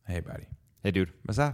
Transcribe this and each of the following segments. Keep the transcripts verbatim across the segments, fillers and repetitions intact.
Hey buddy. Hey dude. Hvad så?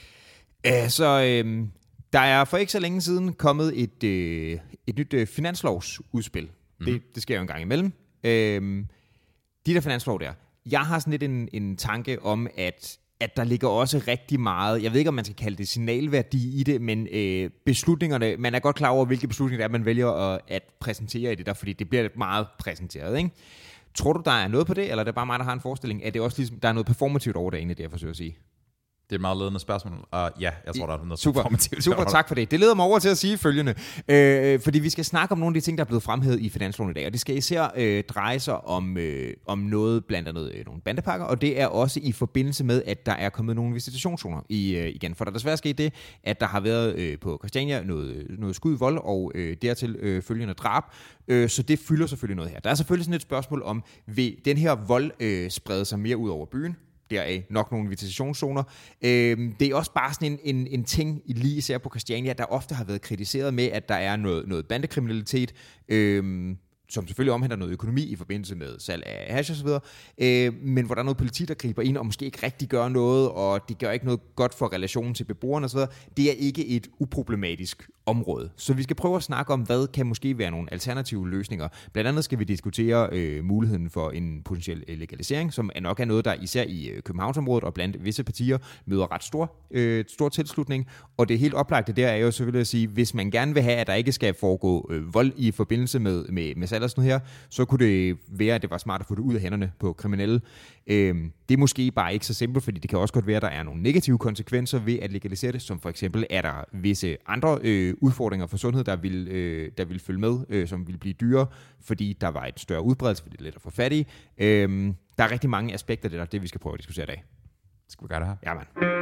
Æh, så øh, der er for ikke så længe siden kommet et, øh, et nyt øh, finanslovsudspil. Mm. Det, det sker jo en gang imellem. Øh, de der finanslov der. Jeg har sådan lidt en, en tanke om, at, at der ligger også rigtig meget, jeg ved ikke, om man skal kalde det signalværdi i det, men øh, beslutningerne, man er godt klar over, hvilke beslutninger det er, man vælger at, at præsentere i det der, fordi det bliver meget præsenteret, ikke? Tror du, der er noget på det, eller er det bare mig, der har en forestilling? Er det også ligesom, der er noget performativt over det, egentlig, det jeg forsøger at sige? Det er et meget ledende spørgsmål. Uh, ja, jeg tror, der er noget super, performativt. Super, tak for det. Det leder mig over til at sige følgende. Øh, fordi vi skal snakke om nogle af de ting, der er blevet fremhævet i finansloven i dag. Og det skal især øh, dreje sig om, øh, om noget, blandt andet øh, nogle bandepakker. Og det er også i forbindelse med, at der er kommet nogle visitationszoner i, øh, igen. For der er desværre sket det, at der har været øh, på Christiania noget, noget skud, vold og øh, dertil øh, følgende drab. Øh, så det fylder selvfølgelig noget her. Der er selvfølgelig sådan et spørgsmål om, vil den her vold øh, sprede sig mere ud over byen? Der er nok nogle visitationszoner. Øhm, det er også bare sådan en, en, en ting, lige især på Christiania, der ofte har været kritiseret med, at der er noget, noget bandekriminalitet, øhm, som selvfølgelig omhandler noget økonomi i forbindelse med salg af hash og så videre, øh, men hvor der er noget politi, der griber ind og måske ikke rigtig gør noget, og det gør ikke noget godt for relationen til beboerne og så videre. Det er ikke et uproblematisk område. Så vi skal prøve at snakke om, hvad kan måske være nogle alternative løsninger. Blandt andet skal vi diskutere øh, muligheden for en potentiel legalisering, som er nok er noget, der især i øh, Københavnsområdet og blandt visse partier møder ret stor, øh, stor tilslutning. Og det helt oplagte der er jo selvfølgelig at sige, hvis man gerne vil have, at der ikke skal foregå øh, vold i forbindelse med, med, med salg og sådan noget her, så kunne det være, at det var smart at få det ud af hænderne på kriminelle. Øh, det er måske bare ikke så simpelt, fordi det kan også godt være, at der er nogle negative konsekvenser ved at legalisere det, som for eksempel er der visse andre øh, udfordringer for sundhed, der vil, øh, der vil følge med, øh, som vil blive dyrere, fordi der var et større udbredelse, fordi det er let at få fat i. Øh, der er rigtig mange aspekter af det, der det vi skal prøve at diskutere i dag. Skal vi gøre det her? Ja, man.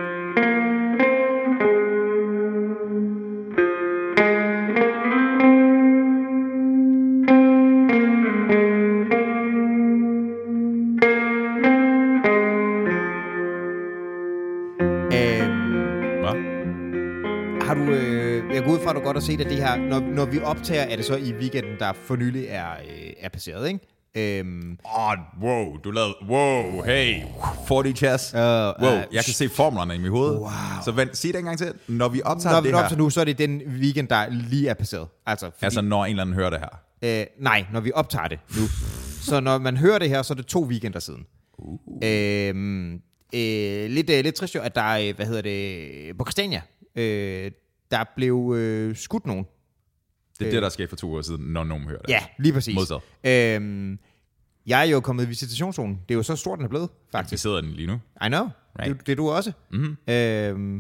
Har du, øh, jeg går ud fra, at du godt har set, at det her, når, når vi optager, er det så i weekenden, der for nylig er, øh, er passeret, ikke? Øhm. Oh, wow, du lavede, wow, hey, fyrre chess. Uh, wow, uh, jeg kan se formlerne i mit hoved. Wow. Så vent, sig det en gang til. Når vi optager når det vi her. Optager nu, så er det den weekend, der lige er passeret. Altså, fordi, altså når en eller anden hører det her? Øh, nej, når vi optager det nu. Så når man hører det her, så er det to weekender siden. Uh. Øhm, øh, lidt, øh, lidt trist jo, at der er, hvad hedder det, på Christiania, øh, der blev øh, skudt nogen. Det er øh, det, der sker for to år siden, når nogen hører det. Ja, lige præcis. Modsat. Øhm, jeg er jo kommet i visitationszonen. Det er jo så stort, den er blevet, faktisk. Vi sidder den lige nu. I know. Right. Det, det er du også. Mm-hmm. Øhm,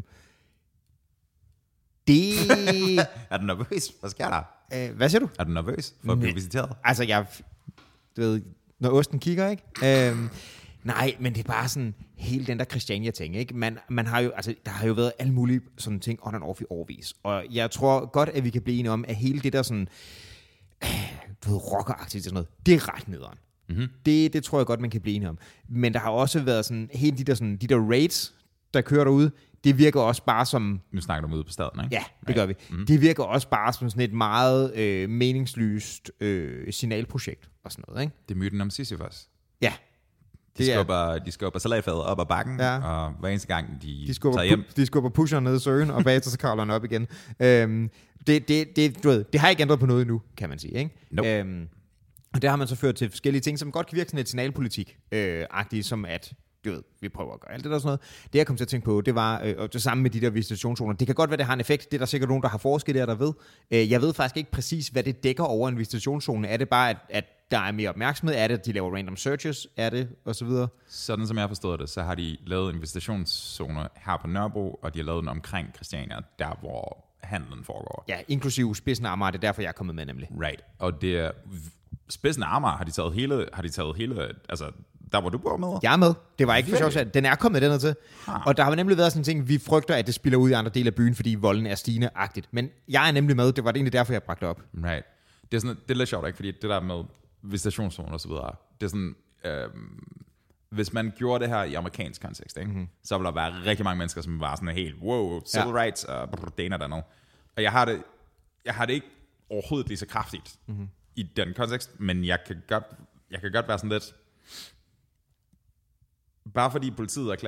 det... er du nervøs? Hvad sker der? Øh, hvad siger du? Er du nervøs for at blive visiteret? Altså, jeg... Du ved, når osten kigger, ikke? Øhm, nej, men det er bare sådan hele den der Christiania-ting, ikke? Man, man har jo, altså, der har jo været alle mulige sådan ting on and off i årvis. Og jeg tror godt, at vi kan blive enige om, at hele det der sådan, øh, du ved, rockeragtigt sådan noget, det er ret nederen. Mm-hmm. Det, det tror jeg godt, man kan blive enige om. Men der har også været sådan, hele de der, sådan, de der raids, der kører derude, det virker også bare som... Nu snakker du om ude på staden, ikke? Ja, det gør vi. Mm-hmm. Det virker også bare som sådan et meget øh, meningslyst øh, signalprojekt og sådan noget, ikke? Det er myten om Sisyphos. Ja. De skubber, de skubber salatfadet op ad bakken, ja. Og hver eneste gang, de, de skubber tager hjem... Pu- de skubber pusheren ned i søen, og bagefter så kravler han op igen. Øhm, det, det, det, du ved, det har ikke ændret på noget endnu, kan man sige, ikke? Nope. Øhm, og det har man så ført til forskellige ting, som godt kan virke sådan et signalpolitik-agtigt, øh, som at... Du ved, vi prøver at gøre alt det der sådan noget. Det jeg kom til at tænke på, det var øh, og det samme med de der visitationszoner. Det kan godt være, det har en effekt. Det er der sikkert nogen, der har forsket der, der ved. Øh, jeg ved faktisk ikke præcis, hvad det dækker over en visitationszone. Er det bare, at, at der er mere opmærksomhed? Er det, at de laver random searches? Er det? Og så videre. Sådan som jeg har forstået det, så har de lavet en visitationszone her på Nørrebro, og de har lavet den omkring Christiania, der hvor handlen foregår. Ja, inklusive Spidsen af Amager. Det er derfor, jeg er kommet med nemlig. Right. Og det er Spidsen af Amager har de taget hele, har de taget hele, altså der hvor du bor med? Jeg er med. Det var ikke for sjovt, at den er kommet derned til. Ah. Og der har nemlig været sådan en ting, vi frygter, at det spiller ud i andre dele af byen, fordi volden er stigende-agtigt. Men jeg er nemlig med. Det var det egentlig derfor, jeg bragte op. Right. Det er, sådan, det er lidt sjovt, ikke? Fordi det der med visitationszoner og så videre, det er sådan, øh, hvis man gjorde det her i amerikansk kontekst, ikke? Mm-hmm. Så ville der være rigtig mange mennesker, som var sådan helt, wow, civil ja. rights, og brr, det ene og det andet. Og jeg har det, jeg har det ikke overhovedet lige så kraftigt mm-hmm. i den kontekst, men jeg kan godt, jeg kan godt være sådan lidt, bare fordi politiet erklærer,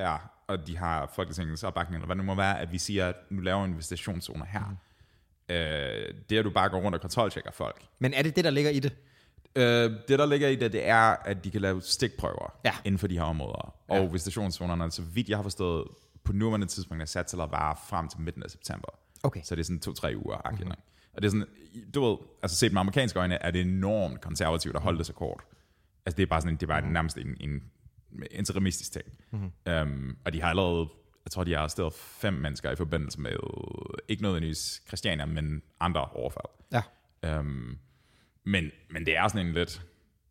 og de har Folketingets opbakning, eller hvad det må være, at vi siger, at nu laver en visitationszoner her. Mm. Øh, det er, at du bare går rundt og kontroltjekker folk. Men er det det, der ligger i det? Øh, det, der ligger i det, det er, at de kan lave stikprøver ja. inden for de her områder. Ja. Og visitationszonerne, så vidt jeg har forstået, på nuværende tidspunkt er sat til at vare frem til midten af september. Okay. Så det er sådan to-tre uger. Mm-hmm. Og det er sådan, du ved, altså set med amerikanske øjne, er det enormt konservativt at holde det så kort. Altså det er bare sådan, det er bare nærmest en, en interimistisk ting. Mm-hmm. Um, og de har allerede, jeg tror, de har arresteret fem mennesker i forbindelse med, ikke nødvendigvis Christiania, men andre overfald. Ja. Um, men, men det er sådan en lidt,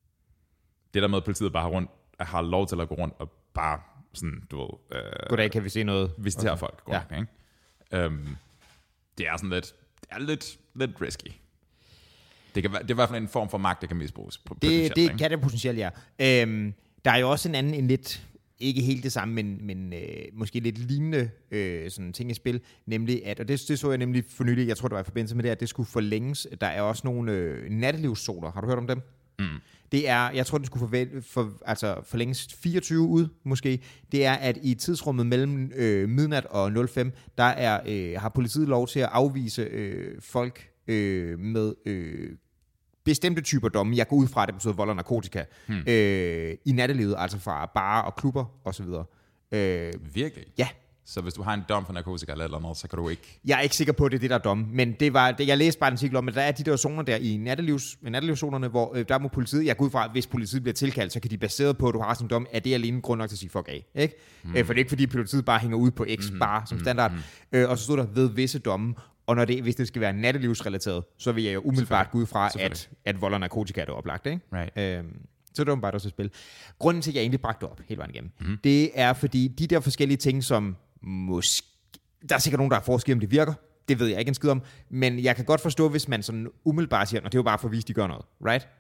det der med, at politiet bare har, rundt, har lov til at gå rundt og bare sådan, du ved... Uh, Goddag, kan vi se noget? Visitere okay. folk. Ja. Rundt, ikke? Um, det er sådan lidt, det er lidt, lidt risky. Det, kan være, det er i hvert fald en form for magt, der kan misbruges. Det, det kan det potentielt, ja. Øhm, der er jo også en anden, en lidt, ikke helt det samme, men, men øh, måske lidt lignende øh, sådan ting i spil, nemlig at, og det, det så jeg nemlig for nylig, jeg tror det var i forbindelse med det, at det skulle forlænges. Der er også nogle øh, nattelivszoner. Har du hørt om dem? Mm. Det er, jeg tror, det skulle forvel, for, altså forlænges fireogtyve ud, måske. Det er, at i tidsrummet mellem øh, midnat og nul fem, der er, øh, har politiet lov til at afvise øh, folk øh, med øh, bestemte typer domme. Jeg går ud fra, at det betyder vold og narkotika. Hmm. Øh, I nattelivet, altså fra barer og klubber osv. Øh, Virkelig? Ja. Så hvis du har en dom for narkotika eller eller andet, så kan du ikke... Jeg er ikke sikker på, at det er det, der er dom. Men det var, det, jeg læste bare en artikel om, at der er de der zoner der i nattelivs, nattelivszonerne, hvor øh, der må politiet... Jeg går ud fra, at hvis politiet bliver tilkaldt, så kan de baseret på, at du har sådan en dom, at det er alene grund nok til at sige fuck af. Ikke? Mm. Øh, for det er ikke, fordi politiet bare hænger ud på X mm. bare som standard. Mm. Øh, og så stod der ved visse domme. Og når det, hvis det skal være nattelivsrelateret, så vil jeg jo umiddelbart gå ud fra, at, at vold og narkotika er det oplagt. Ikke? Right. Øhm, så det var bare også et spil. Grunden til, at jeg egentlig bragte op hele vejen igennem, mm. det er fordi de der forskellige ting, som måske... Der er sikkert nogen, der har forskel, om det virker. Det ved jeg ikke en skid om. Men jeg kan godt forstå, hvis man sådan umiddelbart siger, at det er jo bare for at vise, at de gør noget. Right?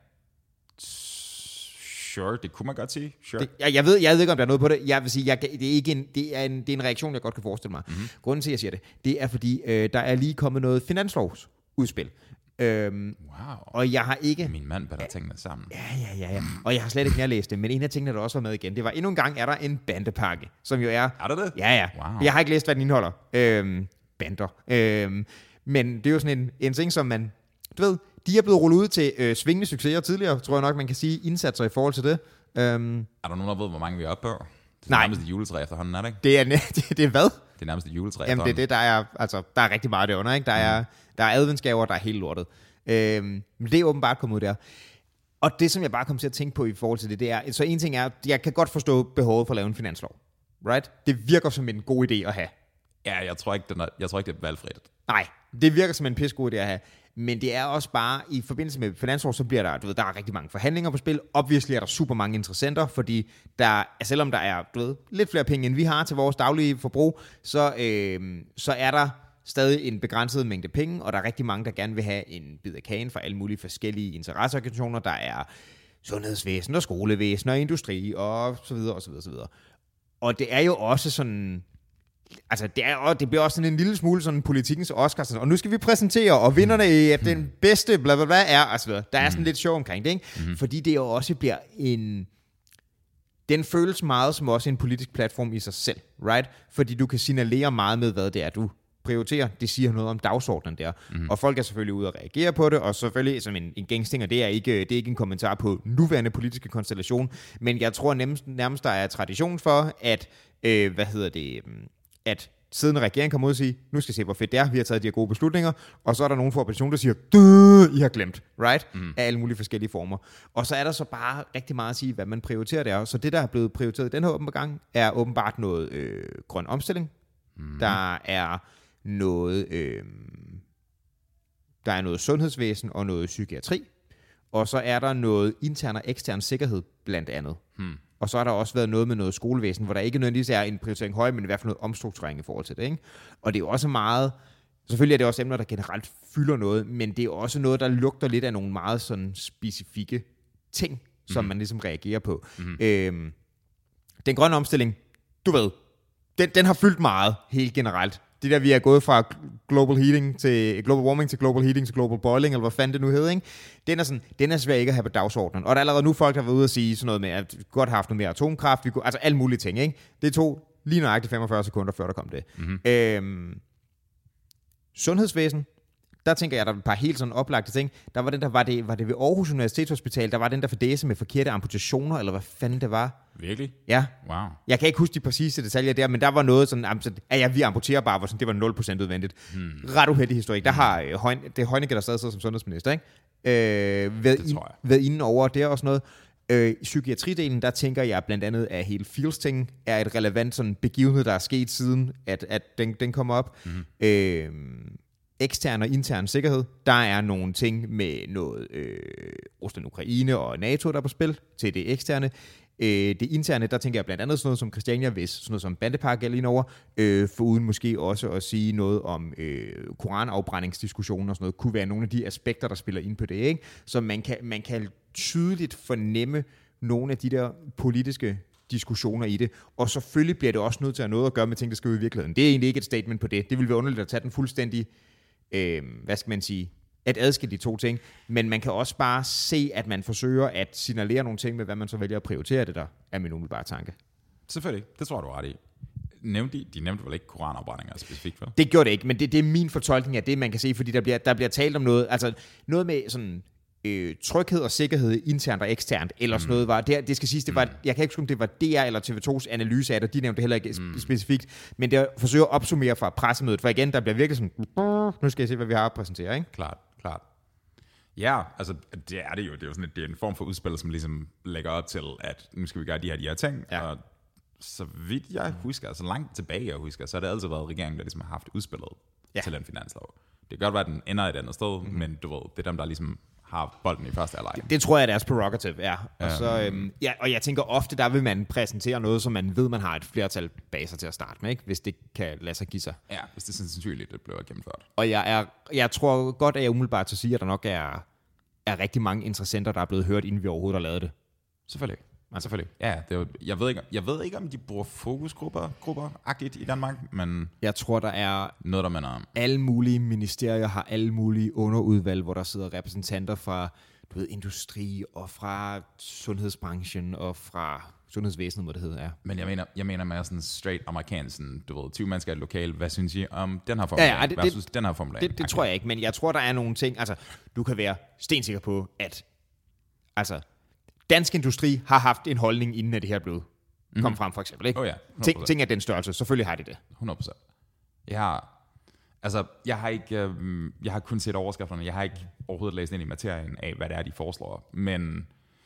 Sure, det kunne man godt sige. Sure. Det, jeg, jeg, ved, jeg ved ikke, om der er noget på det. Jeg vil sige, jeg, det, er ikke en, det, er en, det er en reaktion, jeg godt kan forestille mig. Mm-hmm. Grunden til, at jeg siger det, det er fordi, øh, der er lige kommet noget finanslovsudspil. Øhm, wow. Og jeg har ikke... Min mand batter tingene sammen. Ja, ja, ja, ja. Og jeg har slet ikke mere læst det, men en af tingene, der også var med igen, det var endnu en gang, er der en bandepakke, som jo er... Er der det? Ja, ja. Wow. Jeg har ikke læst, hvad den indeholder. Øhm, bander. Øhm, men det er jo sådan en, en ting, som man... Du ved, de er blevet rullet ud til øh, svingende succeser tidligere, tror jeg nok, man kan sige, indsatser i forhold til det. Øhm, er der nogen, der ved, hvor mange vi er oppe på? Det er nej. nærmest et juletræ efterhånden, er det ikke? Det er, det, det er hvad? Det er nærmest et juletræ Jamen, det er det, der er... Altså, der er rigtig meget derunder, ikke? Der er, mm. der er adventsgaver, der er helt lortet. Øhm, men det er åbenbart kommet ud der. Og det, som jeg bare kom til at tænke på i forhold til det, det er... Så en ting er, jeg kan godt forstå behovet for at lave en finanslov. Right? Det virker som en god idé at have. Ja, jeg tror ikke, den er, jeg tror ikke det er valgfrit. Nej, det virker som en pissegod idé at have. Men det er også bare, i forbindelse med finanslov, så bliver der, du ved, der er rigtig mange forhandlinger på spil. Obviously er der super mange interessenter, fordi der, selvom der er, du ved, lidt flere penge, end vi har til vores daglige forbrug, så, øh, så er der stadig en begrænset mængde penge, og der er rigtig mange, der gerne vil have en bid af kagen fra alle mulige forskellige interesseorganisationer. Der er sundhedsvæsen og skolevæsen og industri og så videre og så videre og så videre. Og det er jo også sådan... Altså, det, er, det bliver også sådan en lille smule sådan politikens Oscars, og nu skal vi præsentere, og vinderne i at den bedste, bla bla bla, er, altså, der er sådan lidt sjov omkring det, ikke? Mm-hmm. Fordi det jo også bliver en... Den føles meget som også en politisk platform i sig selv, right? Fordi du kan signalere meget med, hvad det er, du prioriterer. Det siger noget om dagsordenen der. Mm-hmm. Og folk er selvfølgelig ude og reagere på det, og selvfølgelig som en, en gangsting, og det er, ikke, det er ikke en kommentar på nuværende politiske konstellation, men jeg tror nærmest, nærmest der er tradition for, at, øh, hvad hedder det... at siddende regering kommer ud og siger, nu skal I se, hvor fedt det er, vi har taget de her gode beslutninger, og så er der nogen fra oppositionen, der siger, I har glemt, right? Mm. Af alle mulige forskellige former. Og så er der så bare rigtig meget at sige, hvad man prioriterer der. Så det, der er blevet prioriteret i den her åbne gang, er åbenbart noget øh, grøn omstilling. Mm. Der er noget, øh, der er noget sundhedsvæsen og noget psykiatri. Og så er der noget intern og ekstern sikkerhed, blandt andet. Mm. Og så har der også været noget med noget skolevæsen, hvor der ikke nødvendigvis er en prioritering høj, men i hvert fald noget omstrukturering i forhold til det. Ikke? Og det er jo også meget... Selvfølgelig er det også emner, der generelt fylder noget, men det er også noget, der lugter lidt af nogle meget sådan specifikke ting, som mm. man ligesom reagerer på. Mm. Øhm, den grønne omstilling, du ved, den, den har fyldt meget helt generelt. Det der, vi er gået fra global heating til global warming til global heating til global boiling, eller hvad fanden det nu hedder, ikke? Den er, sådan, den er svær ikke at have på dagsordenen. Og der er allerede nu folk, der har været ude og sige sådan noget med, at vi godt har haft noget mere atomkraft, vi kunne, altså alle mulige ting, ikke? Det tog lige nøjagtigt femogfyrre sekunder, før der kom det. Mm-hmm. Øhm, sundhedsvæsen, der tænker jeg, der er et par helt sådan oplagte ting. Der var den der, var det, var det ved Aarhus Universitetshospital, der var den der fordæse med forkerte amputationer, eller hvad fanden det var? Virkelig? Ja. Wow. Jeg kan ikke huske de præcise detaljer der, men der var noget sådan, at ja, vi amputerer bare, hvor sådan, det var nul procent udvendigt. Hmm. Ret uheldig historik. Der har øh, Højne, det er Højnække, der stadig sidder som sundhedsminister, ikke? Øh, ved, det tror jeg. Ved inden over der og sådan noget. Øh, I psykiatridelen, der tænker jeg blandt andet, at hele Fields-ting er et relevant sådan begivenhed, der er sket siden, at, at den, den kommer op. Mm-hmm. Øh, ekstern og intern sikkerhed. Der er nogle ting med noget øh, Rusland, Ukraine og NATO, der er på spil til det eksterne. Øh, det interne, der tænker jeg blandt andet sådan noget som Christiania, hvis sådan noget som bandepakke gælder indover, øh, foruden måske også at sige noget om øh, koranafbrændingsdiskussioner og sådan noget, kunne være nogle af de aspekter, der spiller ind på det, ikke? Så man kan, man kan tydeligt fornemme nogle af de der politiske diskussioner i det, og selvfølgelig bliver det også nødt til at have noget at gøre med ting, der skal ud i virkeligheden. Det er egentlig ikke et statement på det. Det vil være underligt at tage den fuldstændig, øh, hvad skal man sige, at adskille de to ting, men man kan også bare se, at man forsøger at signalere nogle ting med, hvad man så vælger at prioritere. Det der er min umiddelbare tanke. Selvfølgelig, det tror jeg, du er ret i. Nævnte de, de nævnte vel ikke koranafbrændinger specifikt, vel? Det gjorde det ikke, men det, det er min fortolkning af det, man kan se, fordi der bliver, der bliver talt om noget, altså noget med sådan øh, tryghed og sikkerhed internt og eksternt, eller sådan mm. noget var, det, det skal siges, det var, mm. jeg kan ikke huske, om det var D R eller T V to's analyse af det, de nævnte det heller ikke mm. specifikt, men det forsøger at opsummere fra pressemødet, for igen, der bliver virkelig sådan, nu skal jeg se, hvad vi har at præsentere, ikke? Klart, klart. Ja, altså det er det jo, det er jo sådan et, det er en form for udspil, som ligesom lægger op til, at nu skal vi gøre de her, de her ting, ja. Og så vidt jeg husker, så langt tilbage jeg husker, så har det altid været regeringen, der ligesom har haft udspillet ja. Til den finanslov. Det kan godt være, at den ender et andet sted, mm. men du ved, det er dem, der ligesom har bolden i første halvleg. Det, det tror jeg er deres prerogative, ja. Og, um, så, øhm, ja, og jeg tænker ofte, der vil man præsentere noget, som man ved, man har et flertal bag sig til at starte med, ikke? Hvis det kan lade sig give sig. Ja, hvis det er sandsynligt, det bliver gennemført. Og jeg, er, jeg tror godt, at jeg umiddelbart til at sige, at der nok er, er rigtig mange interessenter, der er blevet hørt, inden vi overhovedet har lavet det. Selvfølgelig. Man, selvfølgelig. Ja, det er jo, jeg, ved ikke, jeg ved ikke, om de bruger fokusgrupper grupper-agtigt i Danmark, men jeg tror, der er noget, der minder om. Alle mulige ministerier har alle mulige underudvalg, hvor der sidder repræsentanter fra du ved, industri og fra sundhedsbranchen og fra sundhedsvæsenet, hvor det hedder. Ja. Men jeg mener, jeg mener mere sådan straight amerikansk, sådan, du ved, tyve mennesker i et lokal, hvad synes I om den her formulering ja, ja, det, versus den her formulering? Det, det tror jeg ikke, men jeg tror, der er nogle ting, altså, du kan være stensikker på, at altså, dansk industri har haft en holdning, inden at det her blev mm-hmm. kom frem, for eksempel. Ikke? Oh ja, ting, ting af den størrelse, selvfølgelig har de det. hundrede procent. Jeg har, altså, jeg har ikke, øh, jeg har kun set overskrifterne, jeg har ikke overhovedet læst ind i materien af, hvad det er, de foreslår, men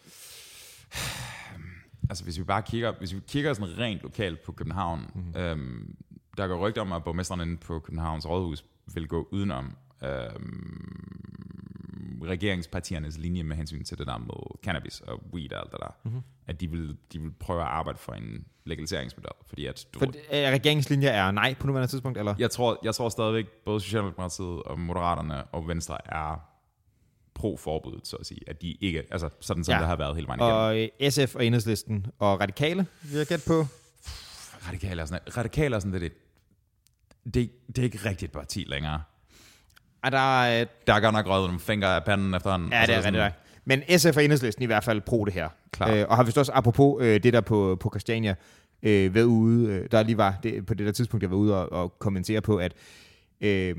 altså, hvis vi bare kigger, hvis vi kigger sådan rent lokalt på København, mm-hmm. øhm, der går rygter om, at borgmesteren inde på Københavns Rådhus vil gå udenom øhm, regeringspartiernes linje med hensyn til det der med cannabis og weed og alt det der. Mm-hmm. At de vil, de vil prøve at arbejde for en legaliseringsmodel, fordi at du for ved, regeringslinje er nej på nuværende tidspunkt, eller? Jeg tror, jeg tror stadigvæk, både Socialdemokratiet og Moderaterne og Venstre er pro-forbuddet, så at sige, at de ikke, altså sådan som ja. Det har været hele vejen igennem. Og S F og Enhedslisten og Radikale, vil jeg gætte på? Radikale er sådan, Radikale er sådan det, det, det er ikke rigtigt et parti længere. Er der, øh, der er godt nok røget nogle fingre af panden efterhånden. Ja, det er rigtigt. Men S F og Enhedslisten i hvert fald pro det her. Øh, og har vist også, apropos øh, det der på, på Christiania, øh, været ude, øh, der lige var det, på det der tidspunkt, jeg var ude og, og kommentere på, at øh,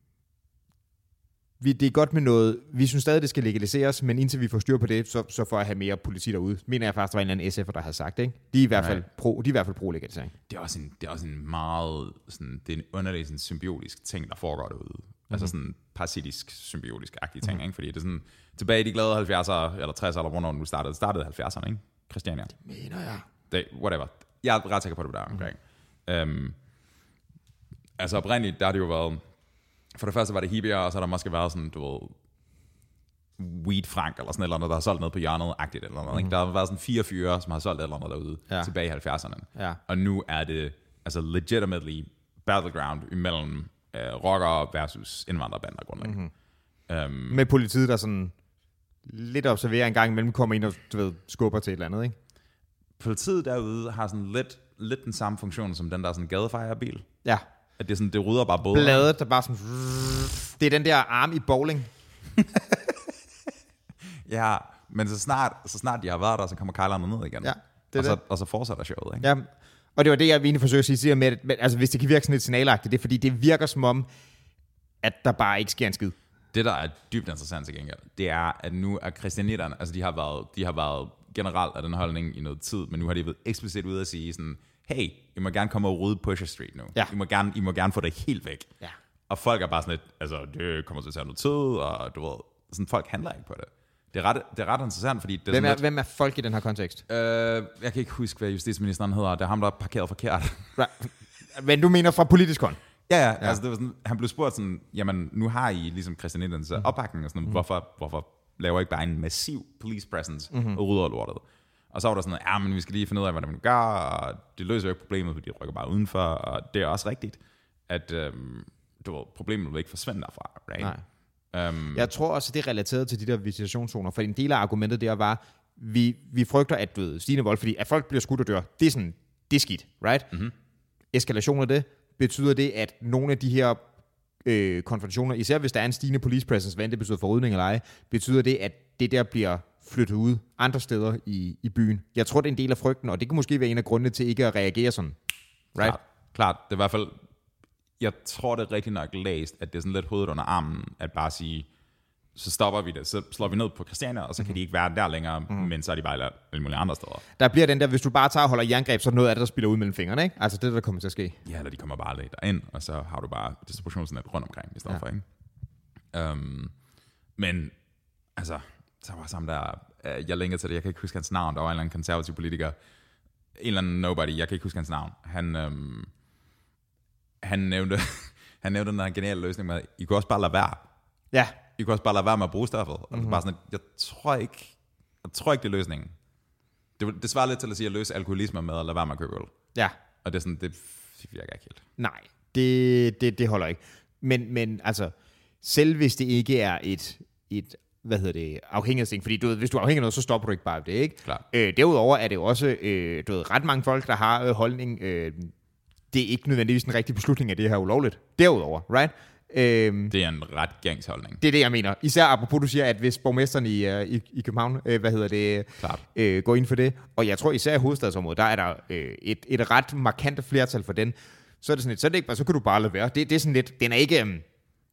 vi, det er godt med noget, vi synes stadig, det skal legaliseres, men indtil vi får styr på det, så, så får jeg have mere politi derude. Mener jeg faktisk, der var en eller anden S F'er, der havde sagt, ikke? De er i hvert fald pro, de er i hvert fald pro-legalisering. Det er også en, det er også en meget, sådan, det er en underlig sådan, symbiotisk ting, der foregår derude. Mm-hmm. Altså sådan parasitisk, symbiotisk-agtige ting, mm-hmm. ikke? Fordi det er sådan, tilbage i de glade halvfjerdserne, eller tresserne, eller hvornår nu startede, startede halvfjerdserne, ikke? Christiania. Det mener jeg. Det, whatever. Jeg er ret sikker på det der omkring. Mm-hmm. Um, altså oprindeligt, der har det jo været, for det første var det hippier, og så har der måske været sådan, du ved, Weed Frank, eller sådan et eller andet, der har solgt noget på hjørnet-agtigt, eller noget, mm-hmm. Der har været sådan fire fyre, som har solgt et eller andet derude, ja. Tilbage i halvfjerdserne. Ja. Og nu er det, altså legitimately battleground imellem Uh, rockere versus indvandrerbander grundlæggende. Mm-hmm. Um, med politiet, der sådan lidt observerer en gang imellem, kommer ind og du ved, skubber til et eller andet, ikke? Politiet derude har sådan lidt, lidt den samme funktion som den der sådan gadefejerbil. Ja. At det, sådan, det rydder bare både. Bladet, der bare sådan... Det er den der arm i bowling. Ja, men så snart, så snart de har været der, så kommer kejlerne ned igen. Ja, det er og, så, det. og så fortsætter showet, ikke? Ja, Og det var det, jeg egentlig forsøgte at sige med, at altså, hvis det kan virke sådan lidt signalagtigt, det er fordi, det virker som om, at der bare ikke sker en skid. Det, der er dybt interessant til gengæld, det er, at nu er christianitterne, altså de har været, de har været generelt af den holdning i noget tid, men nu har de været eksplicit ude at sige sådan, hey, I må gerne komme og rydde Pusher Street nu. Ja. I, må gerne, I må gerne få det helt væk. Ja. Og folk er bare sådan lidt, altså det kommer til at tage noget tid, og du ved, sådan folk handler ikke på det. Det er ret, det er ret interessant, fordi... Det er hvem, er, lidt, hvem er folk i den her kontekst? Øh, jeg kan ikke huske, hvad justitsministeren hedder. Det er ham, der er parkeret forkert. Men du mener fra politisk hånd? Ja, ja, ja. Altså, det var sådan, han blev spurgt sådan, jamen, nu har I ligesom christianitternes mm. opbakning og sådan noget. Mm. Hvorfor, hvorfor laver I ikke bare en massiv police presence mm-hmm. og rydder lortet? Og så var der sådan, ja, men vi skal lige finde ud af, hvad man gør, og det løser jo ikke problemet, fordi de rykker bare udenfor, og det er også rigtigt, at øhm, du ved, problemet vil ikke forsvinde derfra, right? Nej. Um, jeg tror også, det er relateret til de der visitationszoner, for en del af argumentet der var, vi, vi frygter, at du ved, stigende vold, fordi at folk bliver skudt og dør, det er sådan, det er skidt, right? Mm-hmm. Eskalation af det, betyder det, at nogle af de her øh, konfrontationer, især hvis der er en stigende police presence, hvad det betyder forrydning eller ej, betyder det, at det der bliver flyttet ud andre steder i, i byen. Jeg tror, det er en del af frygten, og det kan måske være en af grundene til ikke at reagere sådan. Right? Klart, klart. Det er i hvert fald, jeg tror det er rigtig nok læst, at det er sådan lidt hovedet under armen, at bare sige, så stopper vi det, så slår vi ned på Christiania, og så kan de ikke være der længere, mm. men så er de bare alle mulige andre steder. Der bliver den der, hvis du bare tager og holder jerngreb, så er noget af det, der spiller ud mellem fingrene, ikke? Altså det, der kommer til at ske. Ja, eller de kommer bare lidt derind, og så har du bare distributionsnet rundt omkring i stedet ja. for, ikke? Um, men, altså, så var sammen der, uh, jeg længere til det, jeg kan ikke huske hans navn, der var en eller anden konservativ politiker, en eller anden nobody, jeg kan ikke huske hans navn, han, um, han nævnte, han nævnte den her geniale løsning med, I kunne også bare lade være. Ja. I kunne også bare lade være med at bruge stoffet. Og mm-hmm. bare sådan, jeg tror ikke, jeg tror ikke, det er løsningen. Det, det svarer lidt til at sige, at løse alkoholisme med at lade være med at købe øl. Ja. Og det er sådan, det virker ikke helt. Nej, det, det, det holder ikke. Men, men altså, selv hvis det ikke er et, et hvad hedder det, afhængighedsting, fordi du ved, hvis du er afhængig af noget, så stopper du ikke bare det, ikke? Klar. Øh, derudover er det jo også, øh, du ved, ret mange folk, der har øh, holdning, øh, det er ikke nødvendigvis en rigtig beslutning, at det her er ulovligt. Derudover, right? Øhm, det er en ret gængs holdning. Det er det, jeg mener. Især apropos, du siger, at hvis borgmesteren i, uh, i, i København, øh, hvad hedder det, øh, går ind for det, og jeg tror især i hovedstadsområdet, der er der øh, et, et ret markant flertal for den, så er det sådan lidt, så er det ikke bare, så kan du bare lade være. Det, det er sådan lidt, den er ikke, um,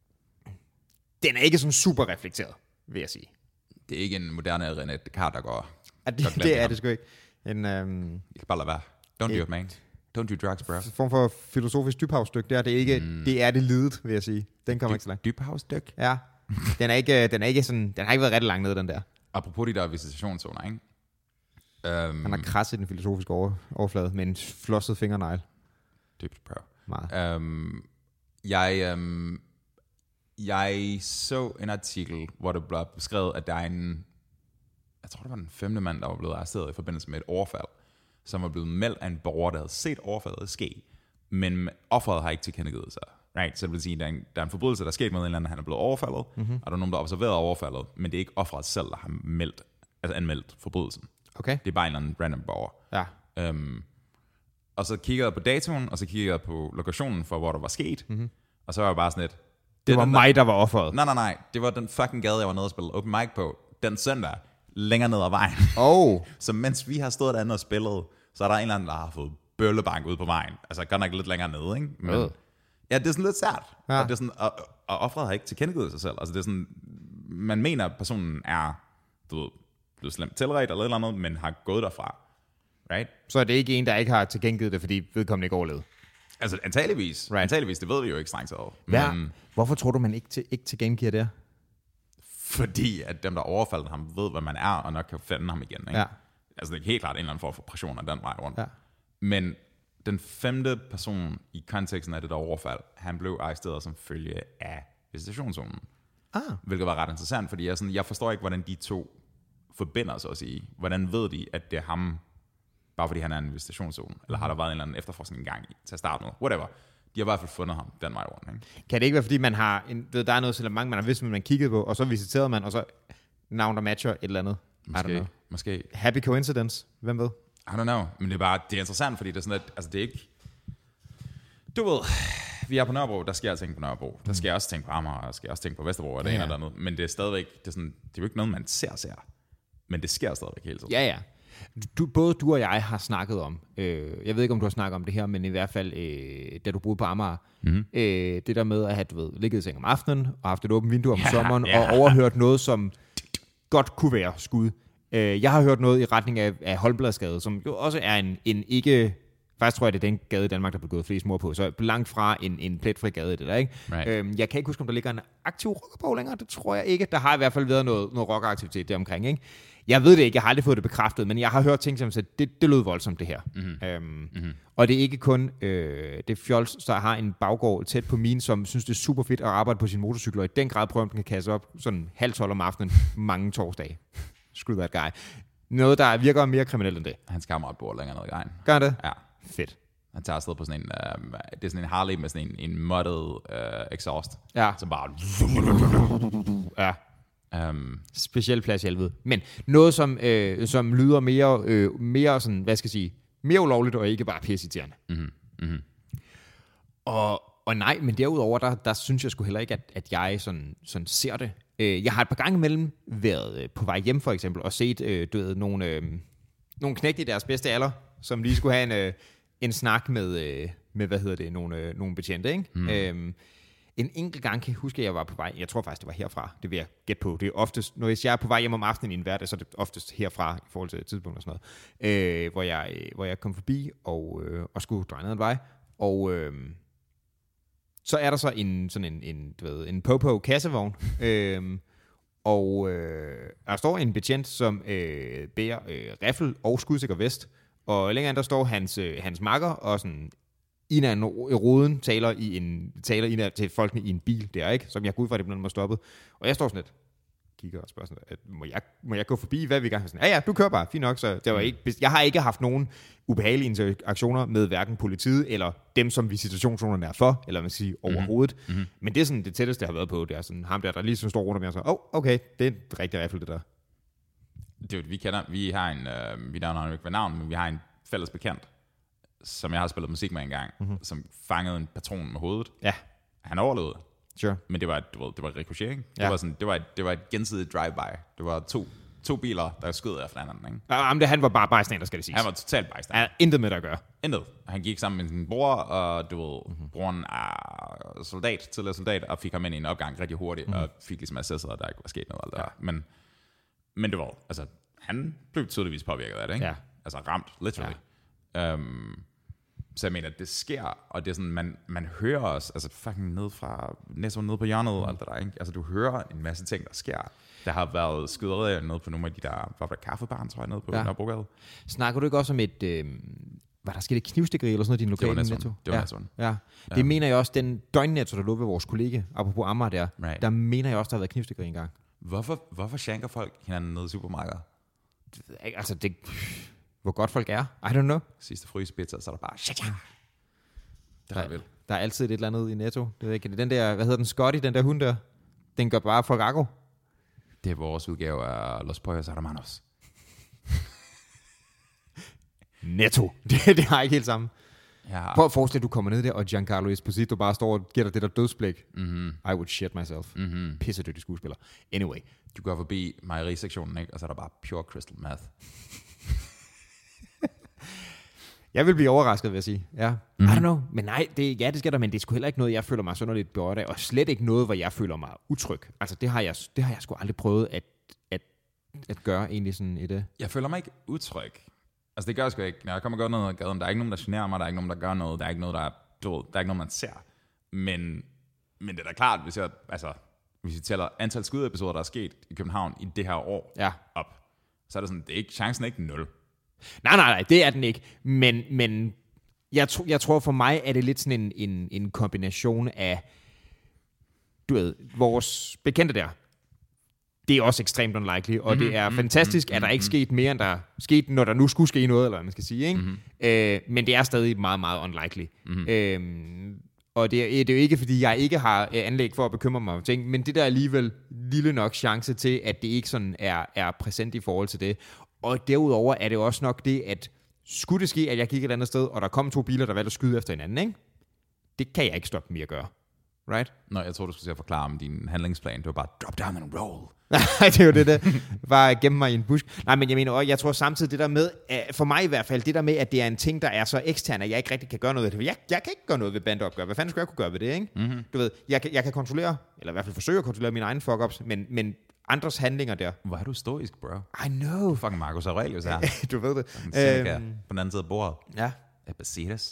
den er ikke sådan super reflekteret, vil jeg sige. Det er ikke en moderne René Descartes, der går. Ja, det, det er det sgu ikke. En, um, jeg kan bare lade være. Don't do it, man. Don't do drugs, bro. En form for filosofisk dybhavsstykke der, det er ikke, mm. det er det lidet, vil jeg sige. Den kommer Dyb, ikke så langt. Dybhavsstykke? Ja. Den er ikke, den er ikke sådan, den har ikke været ret langt nede, den der. Apropos de der visitationszoner, ikke? Um, Han har krasset den filosofiske over, overflade med en flosset fingernegl. Dybt, bro. Meget. Um, jeg, um, jeg så en artikel, hvor det blev beskrevet, at der er en, jeg tror det var den femte mand, der var blevet arresteret i forbindelse med et overfald, som var blevet meldt af en borger, der havde set overfaldet ske, men offeret har ikke tilkendegivet sig. Right? Så det vil sige, at der er en, der er en forbrydelse, der er sket med en eller anden, han er blevet overfaldet, mm-hmm. og der er nogen, der har observeret overfaldet, men det er ikke offeret selv, der har meldt, altså anmeldt forbrydelsen. Okay. Det er bare en eller anden random borger. Ja. Um, og så kiggede jeg på datoen, og så kiggede jeg på lokationen for, hvor der var sket, mm-hmm. og så var jeg bare sådan et... Det, det var den, mig, der var offeret. Nej, nej, nej. Det var den fucking gade, jeg var nede og spille open mic på, den søndag, længere ned ad vejen. Oh. Så mens vi har stået derinde og spillet, så er der en eller anden, der har fået bøllebank ude på vejen. Altså godt nok lidt længere nede, ikke? Men, øh. Ja, det er sådan lidt sært. Ja. Og, det er sådan, og, og offeret har ikke tilkendegivet sig selv. Altså det er sådan, man mener, at personen er, du ved, blevet slemt tilredt eller et eller andet, men har gået derfra. Right? Så er det ikke en, der ikke har tilkendegivet det, fordi vedkommende ikke overlevede? Altså antageligvis. Right. Antageligvis, det ved vi jo ikke strengt taget. Ja. Hvorfor tror du, man ikke, til, ikke tilkendegiver det? Fordi at dem, der overfalder ham, ved, hvad man er, og nok kan finde ham igen. Ikke? Ja. Altså det er helt klart en eller anden form for pression af den vej rundt. Ja. Men den femte person i konteksten af det der overfald, han blev arresteret som følge af visitationszonen. Ah. Hvilket var ret interessant, fordi jeg, sådan, jeg forstår ikke, hvordan de to forbinder sig at sige. Hvordan ved de, at det er ham, bare fordi han er en visitationszone? Eller har der været en eller anden efterforskning i gang i, til at starte med? Whatever. De har i hvert fald fundet ham den vej rundt. Ikke? Kan det ikke være, fordi man har, en, ved, der er noget så mange, man har vidst, man kiggede på, og så visiterede man, og så navn, der matcher et eller andet? Måske. Måske. Happy coincidence. Hvem ved? I don't know. Men det er bare, det er interessant, fordi det er sådan, at altså det er ikke... Du ved, vi er på Nørrebro, der sker jeg tænke på Nørrebro. Der skal jeg også tænke på Amager, og der skal jeg også tænke på Vesterbro, og det ja. ene eller andet. Men det er stadigvæk, det er, sådan, det er jo ikke noget, man ser ser. Men det sker stadigvæk hele tiden. Ja, ja. Du, både du og jeg har snakket om, øh, jeg ved ikke, om du har snakket om det her, men i hvert fald, øh, da du boede på Amager, mm-hmm. øh, det der med at have, du ved, ligget i seng om aftenen, og haft et åbent vindue om ja, sommeren, ja. og overhørt noget, som godt kunne være skud. Øh, jeg har hørt noget i retning af, af Holmbladsgade, som jo også er en, en ikke... Faktisk tror jeg, det er den gade i Danmark, der er blevet gået flest mor på, så langt fra en, en pletfri gade, det der, ikke? Right. Øhm, jeg kan ikke huske, om der ligger en aktiv rockerborg længere, det tror jeg ikke. Der har i hvert fald været noget, noget rockeraktivitet der omkring, ikke? Jeg ved det ikke, jeg har aldrig fået det bekræftet, men jeg har hørt ting, som siger, det, det lød voldsomt, det her. Mm-hmm. Øhm, mm-hmm. Og det er ikke kun øh, det fjols, der har en baggård tæt på min, som synes, det er super fedt at arbejde på sin motorcykel, og i den grad prøver, at den kan kaste op sådan halv tolv om aftenen mange torsdage. Screw that guy. Noget, der virker mere kriminelt end det. Hans kammerat bor længere ned i vejen. Gør det? Ja. Fedt. Han tager afsted på sådan en, uh, det er sådan en Harley med sådan en, en mudded uh, exhaust, ja. som bare... Ja. Um, Speciel plads i helvede. Men noget, som, øh, som lyder mere, øh, mere sådan, hvad skal jeg sige, mere ulovligt og ikke bare pisseirriterende. Mm-hmm. Mm-hmm. Og, og nej, men derudover, der, der synes jeg sgu heller ikke, at, at jeg sådan, sådan ser det. Øh, jeg har et par gange imellem været på vej hjem, for eksempel, og set øh, du ved, nogle, øh, nogle knægte i deres bedste alder, som lige skulle have en, øh, en snak med, øh, med, hvad hedder det, nogle, øh, nogle betjente, ikke? Mm. Øhm, en enkelt gang kan jeg huske, at jeg var på vej, jeg tror faktisk, det var herfra, det vil jeg gætte på. Det er oftest, når jeg er på vej hjem om aftenen i en hverdag, så er det oftest herfra, i forhold til tidspunkt og sådan noget, øh, hvor, jeg, hvor jeg kom forbi og, øh, og skulle dreje ned en vej, og øh, så er der så en, sådan en, en, du ved, en Popo kassevogn, øh, og øh, der står en betjent, som øh, bærer øh, riffel og skudsikker vest, og længere end der står hans, øh, hans makker, og sådan en af roden taler, i en, taler en af til folkene i en bil der, ikke? Som jeg går ud fra, det blev stoppet. Og jeg står sådan lidt, kigger og spørger sådan, at, må, jeg, må jeg gå forbi? Hvad er vi i gang? Sådan, ja, ja, du kører bare, fint nok. Så det var ikke, jeg har ikke haft nogen ubehagelige interaktioner med hverken politiet, eller dem, som visitationszonerne er for, eller man skal sige overhovedet. Mm-hmm. Men det er sådan det tætteste, jeg har været på. Det er sådan ham der, der lige så står rundt om mig og så, åh, oh, okay, det er et rigtig riffel, det der. Dude, vi kender, vi har en, øh, vi nævner ikke ved navn, men vi har en fælles bekendt, som jeg har spillet musik med engang, mm-hmm. som fangede en patron med hovedet. Ja. Han overlevede. Sure. Men det var, du ved, det var ricochet. Ja. Det var sådan, det var et, det var et gensidigt drive-by. Det var to, to biler, der skød efter hinanden, ikke? Ja, men det, han var bare bystander, skal det siges. Han var totalt bystander. Ja, intet med det at gøre. Intet. Han gik sammen med sin bror, og du ved, mm-hmm. broren er soldat, tidligere soldat, og fik ham ind i en opgang rigtig hurtigt, mm-hmm. og fik ligesom assesset, at der ikke var sket noget. Ja. Men, men det var, altså, han blev tydeligvis påvirket af det, ikke? Ja. Altså ramt, literally. Ja. Um, så jeg mener, at det sker, og det er sådan, man, man hører os, altså fucking ned fra, næsten ned på hjørnet og alt det der, ikke? Altså du hører en masse ting, der sker. Der har været skyderier nede på nogle af de der, var der kaffebaren, tror jeg, nede på ja. Nørrebrogade. Snakker du ikke også om et, øh, var der sket et knivstikkeri eller sådan noget i din lokale Netto? Det var ja. Netto. Ja. Det ja. mener jeg også, den døgnnetto, der lå ved vores kollega, apropos Amager der, right. der mener jeg også, der har været knivstikkeri engang. Hvorfor, hvorfor shanker folk hinanden nede i supermarkeder? Altså det... Hvor godt folk er. I don't know. Sidste frysepizza, så er der bare... Det er der, der er altid et eller andet i Netto. Det er ikke den der, hvad hedder den, Scotty, den der hund der. Den gør bare folk agro. Det er vores udgave af Los Pollos Hermanos. Netto. Det, det har ikke helt sammen. Ja. Prøv at forestille, at du kommer ned der, og Giancarlo Esposito bare står og giver dig det der dødsblik. Mm-hmm. I would shit myself. Mm-hmm. Pissedygtig skuespiller. Anyway. Du går forbi mejerisektionen, ikke? Og så er der bare pure crystal meth. Jeg vil blive overrasket, vil jeg sige. Ja. Mm. I don't know. Men nej, det, ja, det skal der, men det er sgu heller ikke noget, jeg føler mig synderligt berørt af, og slet ikke noget, hvor jeg føler mig utryg. Altså, det har jeg, det har jeg sgu aldrig prøvet at, at, at gøre egentlig sådan i det. Jeg føler mig ikke utryg. Altså, det gør jeg sgu ikke. Når jeg kommer godt ned ad gaden, der er ikke nogen, der generer mig, der er ikke nogen, der gør noget, der er ikke noget, der er død, der er ikke noget, man ser. Men, men det er da klart, hvis jeg, altså, hvis vi tæller antal skudepisoder, der er sket i København i det her år ja. op, så er det sådan, det er ikke, chancen er ikke nul. Nej, nej, nej, det er den ikke. Men, men jeg, tr- jeg tror for mig, er det lidt sådan en, en, en kombination af, du ved, vores bekendte der. Det er også ekstremt unlikely, og mm-hmm, det er fantastisk, mm-hmm, at der ikke skete mere, end der skete, når der nu skulle ske noget, eller hvad man skal sige. Ikke? Mm-hmm. Øh, men det er stadig meget, meget unlikely. Mm-hmm. Øh, og det er, det er jo ikke, fordi jeg ikke har anlæg for at bekymre mig om ting, men det der er alligevel lille nok chance til, at det ikke sådan er, er præsent i forhold til det. Og derudover er det også nok det, at skulle det ske, at jeg gik et andet sted, og der kom to biler, der valgte at skyde efter hinanden, ikke? Det kan jeg ikke stoppe med at gøre. right? Nå, jeg tror du skulle til at forklare om din handlingsplan. Det var bare, drop down and roll. Nej, det er jo det der. Bare gemme mig i en busk. Nej, men jeg mener også, jeg tror samtidig det der med, for mig i hvert fald, det der med, at det er en ting, der er så ekstern, at jeg ikke rigtig kan gøre noget ved det. Jeg, jeg kan ikke gøre noget ved bandeopgør. Hvad fanden skulle jeg kunne gøre ved det, ikke? Mm-hmm. Du ved, jeg kan, jeg kan kontrollere, eller i hvert fald forsøge at kontrollere mine egne fuck-ups, men, men andres handlinger der. Hvor er du stoisk, bro? I know. Fucking Marcus Aurelius her. Du ved det. Seneca øhm, på den anden side af bordet. Ja. Epictetus.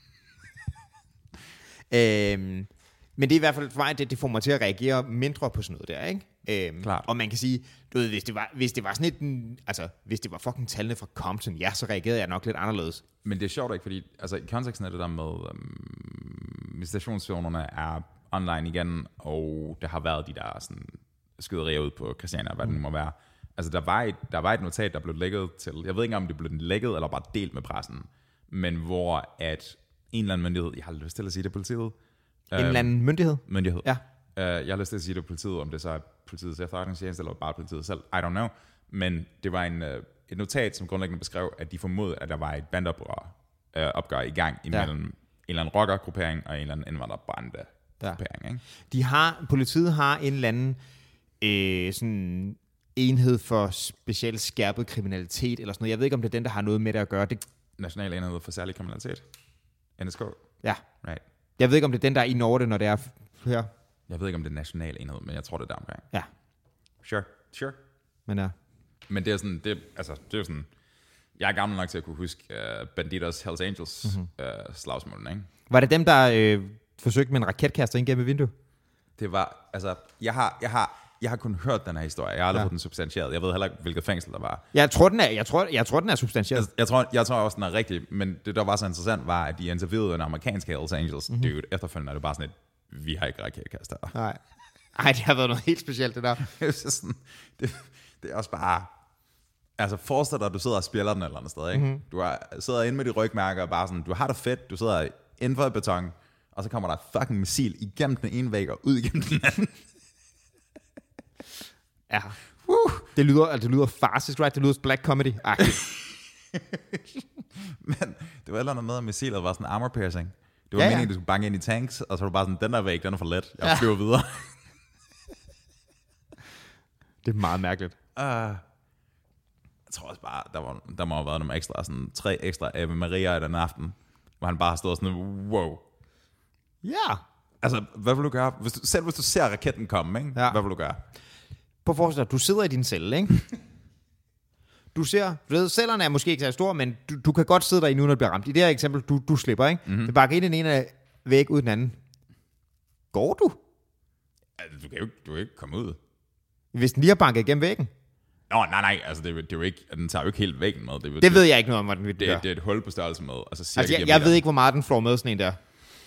øhm, men det er i hvert fald for mig, det, det får mig til at reagere mindre på sådan noget der, ikke? Øhm, Klart. Og man kan sige, du ved, hvis det var, hvis det var sådan et, altså, hvis det var fucking tallene fra Compton, ja, så reagerede jeg nok lidt anderledes. Men det er sjovt ikke, fordi altså, i konteksten af det der med um, visitationszonerne er online igen, og der har været de der sådan, skyderier ud på Christiania, hvad mm. det nu må være. Altså, der var, et, der var et notat, der blev lækket til, jeg ved ikke om det blev lækket, eller bare delt med pressen, men hvor at en eller anden myndighed, jeg har lyst til at sige det politiet. En øhm, eller anden myndighed? Myndighed. Ja. Uh, jeg har lyst til at sige det politiet, om det så er politiets efterretningstjeneste, eller bare politiet selv, I don't know. Men det var en, uh, et notat, som grundlæggende beskrev, at de formodede, at der var et bandeopgør uh, opgør i gang imellem ja. en eller anden rockergruppering og en eller anden indvandrerbandegruppering. Ja. Ikke? De har, politiet har en eller anden øh, sådan enhed for specielt skærpet kriminalitet, eller sådan noget. Jeg ved ikke, om det er den, der har noget med det at gøre. Det... National enhed for særlig kriminalitet. N S K. Ja. Right. Jeg ved ikke, om det er den, der er i Norge, når det er her. Jeg ved ikke, om det er national enhed, men jeg tror, det er der omkring. Ja. Sure, sure. Men ja. Men det er sådan, det, altså, det er sådan, jeg er gammel nok til at kunne huske uh, Bandidos Hells Angels mm-hmm. uh, slagsmålen, ikke? Var det dem, der øh, forsøgte med en raketkaster ind gennem vinduet? Det var, altså, jeg har, jeg har, jeg har kun hørt den her historie. Jeg har aldrig ja. fået den substantieret. Jeg ved heller ikke, hvilket fængsel der var. Jeg tror, den er, jeg tror, jeg tror, den er substantieret. Jeg, jeg, tror, jeg tror også, den er rigtig, men det, der var så interessant, var, at de interviewede en amerikansk Hells Angels mm-hmm. dude. Efterfølgende er det bare sådan et, vi har ikke raketkaster. Nej. Ej, det har været noget helt specielt, det der. det, sådan, det, det er også bare... Altså, forestil dig, at du sidder og spiller den et eller andet sted, ikke? Mm-hmm. Du er, sidder inde med de rygmærker, og bare sådan, du har det fedt, du sidder inden for et beton, og så kommer der et fucking missil igennem den ene væg og ud igennem den anden. Ja. Uh. Det lyder, altså, det lyder farsisk, right? Det lyder black comedy. Men det var et eller andet med, at missilet var sådan armor piercing. Det var ja, meningen, ja. at du skulle banke ind i tanks, og så var du bare sådan, den der væg, den er for let. Jeg flyver ja. videre. Det er meget mærkeligt. Uh, jeg tror også bare, der, var, der må have været nogle ekstra, sådan tre ekstra Ave Maria i den aften, hvor han bare har stået sådan, wow. Ja. Altså, hvad vil du gøre? Hvis du, selv hvis du ser raketten komme, ikke? Ja. Hvad vil du gøre? På forestil dig, du sidder i din celle, ikke? Du ser, du ved, cellerne er måske ikke så store, men du, du kan godt sidde derinde, uden at blive ramt. I det her eksempel, du, du slipper, ikke? Mm-hmm. Det bakker ind i den ene væg ud den anden. Går du? Altså, du kan jo ikke, du kan ikke komme ud. Hvis den lige har banket igennem væggen? Nå, nej, nej, altså det, det er jo ikke, den tager jo ikke helt væggen med. Det, det, det ved jeg ikke noget om, hvordan vi det, det, det er et hul på størrelse med. Altså, altså jeg, jeg ved ikke, hvor meget den flår med sådan en der.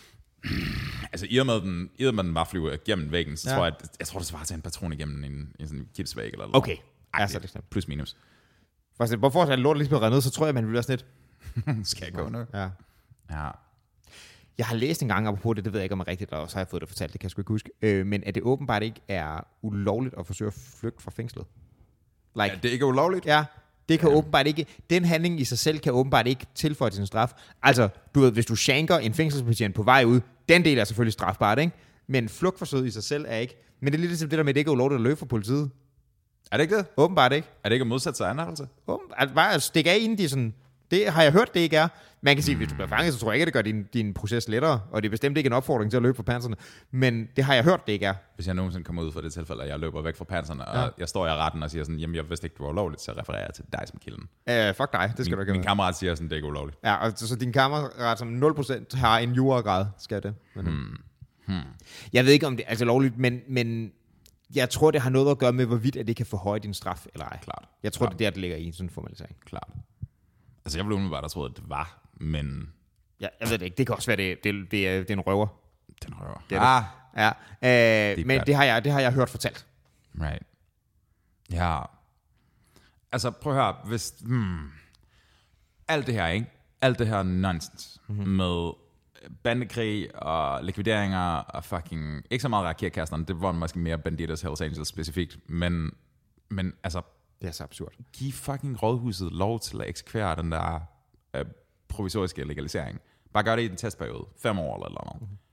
Altså i og med den, i og med den bare flyver igennem væggen, så ja. tror jeg, at, jeg tror det svarer til en patron igennem en, en sådan gipsvæg eller noget. Okay. Ej, ja, det plus minus. Hvorfor er lortet lige blevet reddet ned, så tror jeg, man vil være sådan lidt. Skal jeg gå nu? Ja. Ja. Jeg har læst en gang apropos det, det ved jeg ikke om er rigtigt, og så har jeg fået det fortalt, det kan jeg sgu ikke huske. Øh, men at det åbenbart ikke er ulovligt at forsøge at flygte fra fængslet. Like, ja, det er ikke ulovligt? Ja, det kan ja. åbenbart ikke, den handling i sig selv kan åbenbart ikke tilføje til sin straf. Altså, du ved, hvis du shanker en fængselsbetjent på vej ud, den del er selvfølgelig strafbart, ikke? Men flugtforsøget i sig selv er ikke. Men det er lidt ligesom det der med, at det ikke er ulovligt at løbe fra politiet. Er det ikke det? Åbenbart ikke. Er det ikke at modsætte sig anholdelse? Altså, bare at stikke af inden de sådan, det har jeg hørt, det ikke er. Man kan sige, hvis du bliver fanget, så tror jeg ikke, det gør din, din proces lettere, og det er bestemt ikke en opfordring til at løbe fra panserne, men det har jeg hørt, det ikke er. Hvis jeg nogensinde kommer ud for det tilfælde, at jeg løber væk fra panserne, og ja. jeg står i retten og siger sådan, jamen jeg vidste ikke, du var ulovligt, så refererer jeg til dig som kilden. Uh, fuck dig, det skal min, du ikke. Min kammerat siger sådan, det er ikke ulovligt. Ja, og så, så din kammerat som nul procent har en juragrad, skal det. Men, hmm. Hmm. Jeg ved ikke, om det er altså lovligt, men, men jeg tror, det har noget at gøre med, hvorvidt at det kan forhøje din straf, eller ej. Klart. Jeg tror, Klart. det er der, det ligger i sådan en formalisering. Klart. Altså jeg blev umiddelbart, der troede, at det var, men... Ja, jeg ved det ikke. Det kan også være, det, det, det, er, det er en røver. Det er en røver. Det er ah. det. Ja. Øh, men det har, jeg, det har jeg hørt fortalt. Right. Ja. Altså prøv at høre, hvis... Hmm, alt det her, ikke? Alt det her nonsens mm-hmm. med bandekrig og likvideringer og fucking... Ikke så meget raketkasterne, det var måske mere Bandidos Hells Angels specifikt, men, men altså... Det er så absurd. Giv fucking rådhuset lov til at eksekvere den der øh, provisoriske legalisering. Bare gør det i en testperiode. Fem år eller noget. Mm-hmm.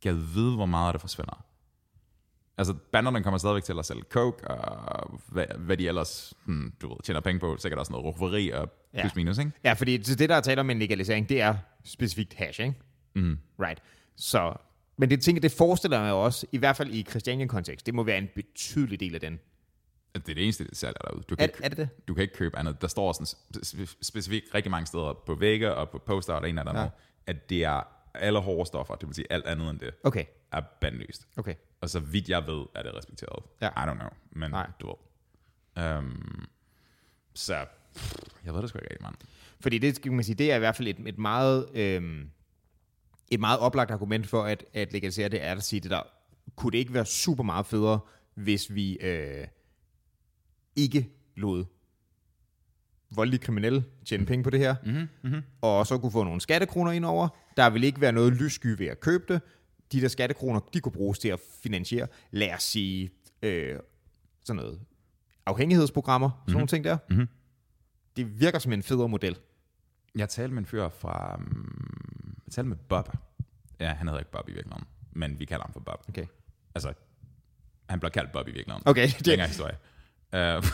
gad vide, hvor meget det forsvinder. Altså, banderne kommer stadigvæk til at sælge coke, og hvad, hvad de ellers, hmm, du ved, tjener penge på. Sikkert også noget rufferi og plus Ja. minus, ikke? Ja, fordi det, der er tale om en legalisering, det er specifikt hash, ikke? Mm. Right. Så, men det tænker, det forestiller mig også, i hvert fald i Christiania-kontekst, det må være en betydelig del af den. Det er det eneste, det sælger derude. Du kan, Er, ikke, er det det? du kan ikke købe andet. Der står sådan spe- specifikt rigtig mange steder på vægge og på poster og det ene eller andet, ja. At det er alle hårde stoffer, det vil sige alt andet end det, Okay. er bandlyst. Okay. Og så vidt jeg ved, er det respekteret. Ja. I don't know, men Nej. du ved. Um, så, pff, jeg ved det sgu ikke rigtig, mand. Fordi det, skal man sige, det er i hvert fald et, et meget øhm, et meget oplagt argument for at, at legalisere det, er at sige det der, kunne det ikke være super meget federe, hvis vi øh, ikke lod voldelige kriminelle tjene penge på det her, Mm-hmm, mm-hmm. og så kunne få nogle skattekroner ind over. Der vil ikke være noget lyssky ved at købe det. De der skattekroner, de kunne bruges til at finansiere, lad os sige, øh, sådan noget afhængighedsprogrammer, sådan mm-hmm. nogle ting der. Mm-hmm. Det virker som en federe model. Jeg talte med en fyr fra... Um, jeg talte med Bob. Ja, han hedder ikke Bob i virkeligheden, men vi kalder ham for Bob. Okay. Altså, han blev kaldt Bob i virkeligheden. Okay. Det er ingen historie. Uh,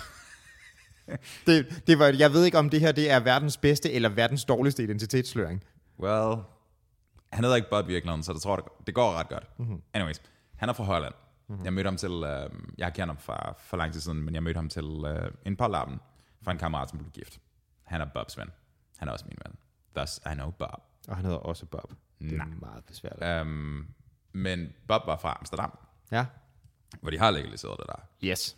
Det, det var, jeg ved ikke, om det her det er verdens bedste eller verdens dårligste identitetssløring. well, han hedder ikke Bob i virkeligheden, så det tror jeg, det går ret godt. Mm-hmm. Anyways, han er fra Holland. Mm-hmm. Jeg mødte ham til... Uh, jeg kender ham fra for lang tid siden, men jeg mødte ham til uh, en parlappen fra en kammerat, som blev gift. Han er Bobs ven. Han er også min ven. Thus, I know Bob. Og han hedder også Bob. Det er Nej. meget besværligt. Um, men Bob var fra Amsterdam, Ja. hvor de har legaliseret det der. Yes.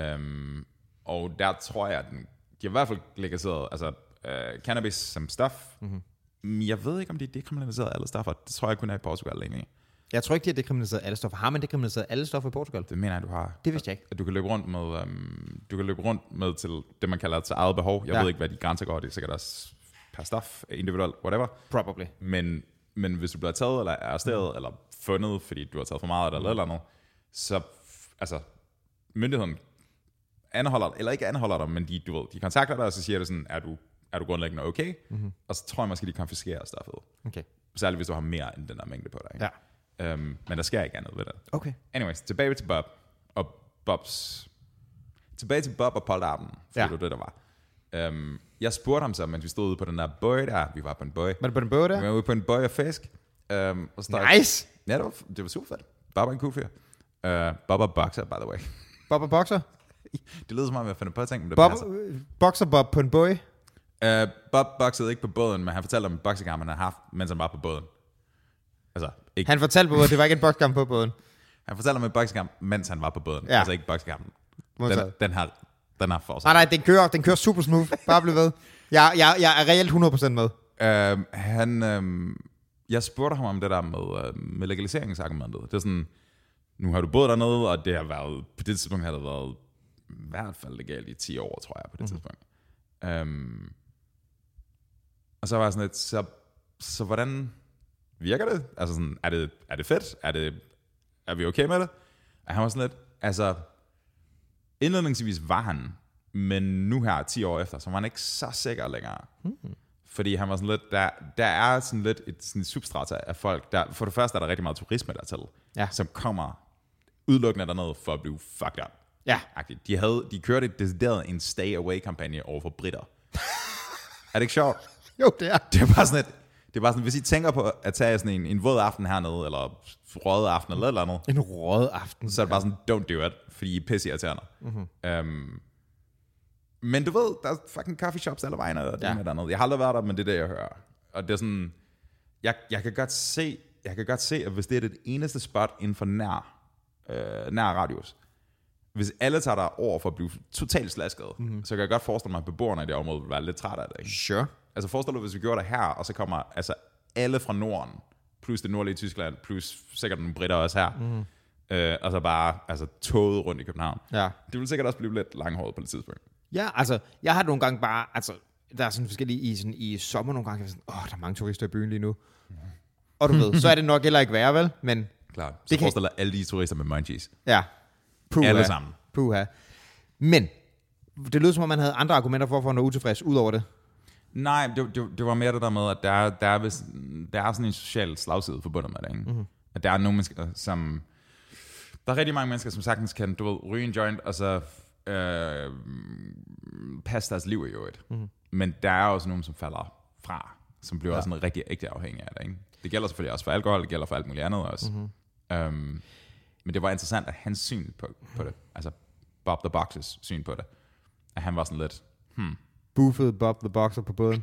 Um, og der tror jeg, at den, de har i hvert fald legaliseret altså, uh, cannabis som stof. Mm-hmm. Jeg ved ikke, om de dekriminaliserede alle stoffer. Det tror jeg kun er i Portugal egentlig. Jeg tror ikke, de har dekriminaliseret alle stoffer. Har man dekriminaliseret alle stoffer i Portugal? Det mener jeg, du har. Det vidste jeg ikke. At du kan løbe rundt med, um, du kan løbe rundt med til det, man kalder til eget behov. Jeg Ja. ved ikke, hvad de grænser går. Det er sikkert også per stof, individuelt, whatever. Probably. Men, men hvis du bliver taget eller arresteret, mm. eller fundet, fordi du har taget for meget eller mm. eller andet, så altså, myndigheden anholder, eller ikke anholder dig, men de, du ved, de kontakter dig, og så siger det sådan, er du, er du grundlæggende okay? Mm-hmm. Og så tror jeg måske, de konfiskerer stoffet. Okay. Særligt hvis du har mere end den der mængde på dig. Ikke? Ja. Um, men der sker ikke andet ved det. Okay. Anyways, tilbage til Bob, og Bobs... Tilbage til Bob og polterappen, for Ja. det var det, der var. Um, jeg spurgte ham så, mens vi stod ude på den der bøje der, vi var på en bøje. Var det på den bøge der? Vi var ude på en bøje af fisk. Um, og så Nice! Ja, det var, det var super fedt. Bob er en cool fyr. Uh, Bob er boxer, by the way. Bob og boxer? Det lyder som om, jeg finder på at tænke, men det Bob, passer. øh, boxer Bob på en bøge? Uh, Bob boxede ikke på båden, men han fortalte om en boksekamp, han havde haft, mens han var på båden. Altså, ikke... Han fortalte på, at det var ikke en bokskamp på båden. Han fortalte om en boksekamp, mens han var på båden. Ja. Altså ikke boksekampen. Den, Modtaget. den har, den har for sig. Nej, nej, den kører, den kører super smooth. Bare bliv ved. Jeg, jeg, jeg er reelt hundrede procent med. Uh, han, uh, jeg spurgte ham om det der med, uh, med legaliseringsargumentet. Det er sådan, nu har du boet dernede, og det har været, på det tidspunkt har det været i hvert fald legalt i ti år, tror jeg, på det mm-hmm. tidspunkt. Um, og så var jeg sådan lidt, så, så hvordan virker det? Altså sådan, er det, er det fedt? Er, det, er vi okay med det? Og han var sådan lidt, altså, indledningsvis var han, men nu her, ti år efter, så var han ikke så sikker længere. Mm-hmm. Fordi han var sådan lidt, der, der er sådan lidt et sådan substrat af folk, der, for det første er der rigtig meget turisme dertil, Ja. som kommer udelukkende dernede for at blive fucked up. Ja. De, havde, de kørte et decideret en stay away-kampagne over for britter. Er det ikke sjovt? Jo, det er. Det er bare sådan et, det er bare sådan, hvis I tænker på at tage sådan en, en våd aften hernede, eller røget aften, eller eller andet, En rød aften. så er det bare sådan, don't do it, fordi I er pisse irriterende. Mm-hmm. Um, men du ved, der er fucking coffee shops alle vejen, og det Ja. ja. med andet. Jeg har aldrig været der, men det er det, jeg hører. Og det er sådan, jeg, jeg kan godt se, jeg kan godt se, at hvis det er det eneste spot inden for nær, øh, nær radius, hvis alle tager der over for at blive totalt slasket, mm-hmm. så kan jeg godt forestille mig, at beboerne i det område vil være lidt trætte af det. Ikke? Sure. Altså forestil dig, hvis vi gjorde det her, og så kommer altså alle fra Norden, plus det nordlige Tyskland, plus sikkert nogle britter også her, mm. øh, og så bare altså, toget rundt i København. Ja. Det vil sikkert også blive lidt langhåret på det tidspunkt. Ja, altså, jeg har nogle gange bare, altså, der er sådan forskellige, i, sådan, i sommer nogle gange, jeg er sådan, åh, der er mange turister i byen lige nu. Og du ved, så er det nok heller ikke værre, vel? Men Klart. Så Det kan- forestil dig alle de turister med munchies. ja, puha. Alle sammen. Puha. Men, det lød som om, man havde andre argumenter for, for at nå utilfreds, ud over det. Nej, det, det, det var mere det der med, at der, er- der, er, vist, der er sådan en social slagside forbundet med det. Ikke? Mm-hmm. At der er nogle mennesker, som... Der er rigtig mange mennesker, som sagtens kan, du ved, ryge en joint, og så øh, passe deres liv i øvrigt. Mm-hmm. Men der er også nogen, som falder fra, som bliver ja. også sådan rigtig ægte afhængig af det, ikke? Det gælder selvfølgelig også for alkohol, det gælder for alt muligt andet også. Mm-hmm. Um, men det var interessant, at hans syn på, på det, altså Bob the Boxers syn på det, at han var sådan lidt, hmm. Buffede Bob the Boxer på båden.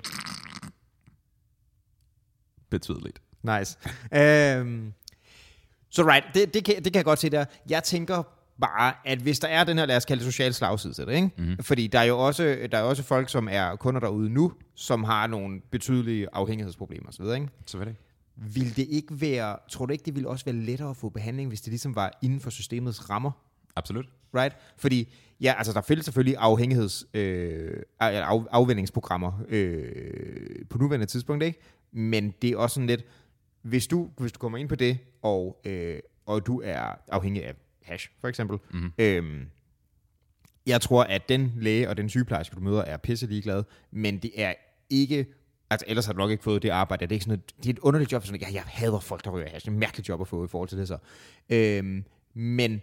Betydeligt. Nice. um, så so right, det, det, kan, det kan jeg godt se der. Jeg tænker bare, at hvis der er den her, lad os kalde det social slagside til det, ikke? Mm-hmm. Fordi der er jo også, der er også folk, som er kunder derude nu, som har nogle betydelige afhængighedsproblemer osv., ikke? Selvfølgelig. Vil det ikke være, tror du ikke, det ville også være lettere at få behandling, hvis det ligesom var inden for systemets rammer? Absolut. Right? Fordi, ja, altså der findes selvfølgelig afhængigheds, øh, af, afvendingsprogrammer øh, på nuværende tidspunkt, ikke? Men det er også sådan lidt, hvis du, hvis du kommer ind på det, og, øh, og du er afhængig af hash, for eksempel, mm-hmm. øhm, jeg tror, at den læge og den sygeplejerske, du møder, er pisse ligeglade, men det er ikke, altså ellers har du nok ikke fået det arbejde, det er ikke sådan et, det er et underligt job, sådan, ja, jeg hader folk, der ryger hash, det er et mærkeligt job at få i forhold til det så. Øhm, men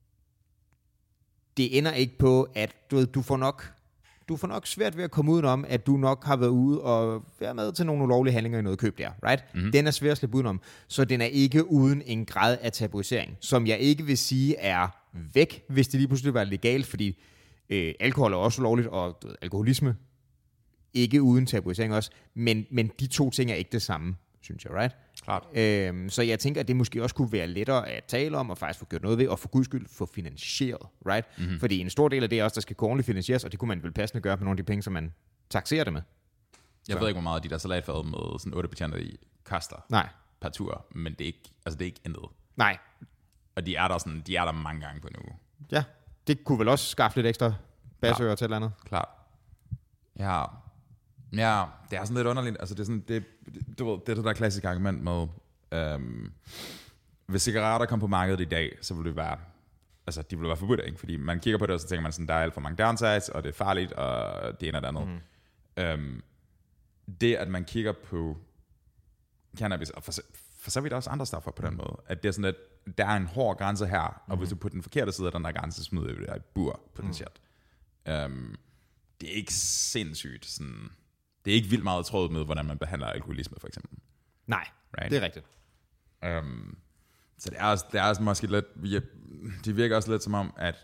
det ender ikke på, at du, ved, du får nok, du får nok svært ved at komme udenom, at du nok har været ude og været med til nogle ulovlige handlinger i noget køb der, right? Mm-hmm. Den er svær at slippe udenom, så den er ikke uden en grad af tabuisering, som jeg ikke vil sige er væk, hvis det lige pludselig var legalt, fordi øh, alkohol er også lovligt, og du ved, alkoholisme ikke uden tabuisering også, men, men de to ting er ikke det samme, synes jeg, right? Klart. Øhm, så jeg tænker, at det måske også kunne være lettere at tale om, og faktisk få gjort noget ved, og for guds skyld få finansieret, right? Mm-hmm. Fordi en stor del af det er også, der skal kunne ordentligt finansieres, og det kunne man vel passende gøre med nogle af de penge, som man taxerer det med. Jeg så. ved ikke, hvor meget de der salatfad med sådan otte betjenter i kaster Nej. per tur, men det er ikke, altså det er ikke intet. Nej. Og de er der sådan, de er der mange gange på en uge. Ja, det kunne vel også skaffe lidt ekstra basører til et eller andet. Klart. Ja. Ja, det er sådan lidt underligt. Altså det er sådan, det, du ved, det er det der klassiske argument med, øhm, hvis cigaretter kom på markedet i dag, så ville det være, altså de ville være forbudt, ikke? Fordi man kigger på det, og så tænker man sådan, der er alt for mange downsides, og det er farligt, og det ene og det andet. Mm. Øhm, det, at man kigger på cannabis, og for, for så vidt også andre stoffer på den måde, at det er sådan, at der er en hård grænse her, og mm. hvis du på den forkerte side af den der grænse smider det der i bur, potentielt. Mm. Øhm, det er ikke sindssygt sådan... Det er ikke vildt meget tråd med, hvordan man behandler alkoholisme, for eksempel. Nej, right? Det er rigtigt. Um, så det er, også, det er også måske lidt... Det virker også lidt som om, at...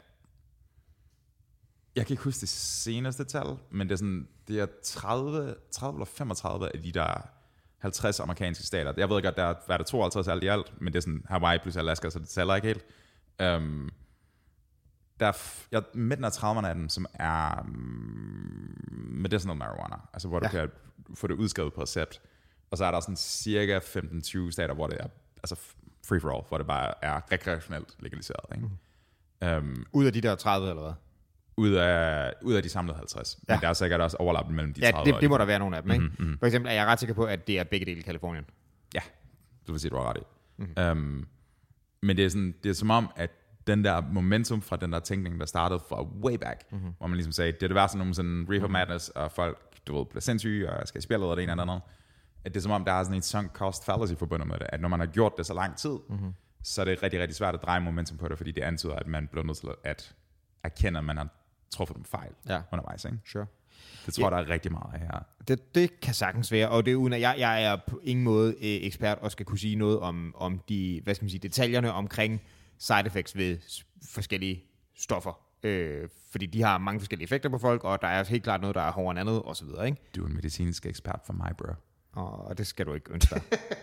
Jeg kan ikke huske det seneste tal, men det er sådan... Det er tredive, tredive eller femogtredive af de der halvtreds amerikanske stater. Jeg ved godt, der er, hvad er der tooghalvtreds alt i alt, men det er sådan Hawaii plus Alaska, så det tæller ikke helt. Um, Der er ja, midten af trediverne af dem, som er um, medicinal marijuana, altså hvor du ja. kan få det udskrevet på recept. Og så er der sådan cirka femten til tyve stater, hvor det er altså free for all, hvor det bare er rekreationelt legaliseret. Ikke? Mm. Um, ud af de der tredive, eller hvad? Ud af, ud af de samlede halvtreds. Ja. Men der er sikkert også overlap mellem de ja, tredive. Ja, det, det må der være nogle af dem, ikke? Mm-hmm, mm-hmm. For eksempel er jeg ret sikker på, at det er begge dele i Kalifornien. Ja, du vil sige, du har ret i. Mm-hmm. Um, men det er, sådan, det er som om, at den der momentum fra den der tænkning, der startede fra way back, mm-hmm. hvor man ligesom sagde, det er det værste nogen sådan reefer madness, og folk, du ved, bliver sindssyge, og skal i spil eller det ene eller andet. At det er som om, der er sådan en sunk cost fallacy forbundet med det, at når man har gjort det så lang tid, mm-hmm. så er det rigtig, rigtig svært at dreje momentum på det, fordi det antyder, at man bliver nødt til at erkende, at man har truffet en fejl ja. undervejs. Ikke? Sure. Det tror jeg, yeah. der er rigtig meget af her. Det, det kan sagtens være, og det er uden at jeg, jeg er på ingen måde øh, ekspert og skal kunne sige noget om, om de, hvad skal man sige, detaljerne omkring side effects ved forskellige stoffer. Øh, fordi de har mange forskellige effekter på folk, og der er helt klart noget, der er hårdere end andet, og så videre, ikke? Du er en medicinsk ekspert for mig, bro. Og det skal du ikke ønske dig.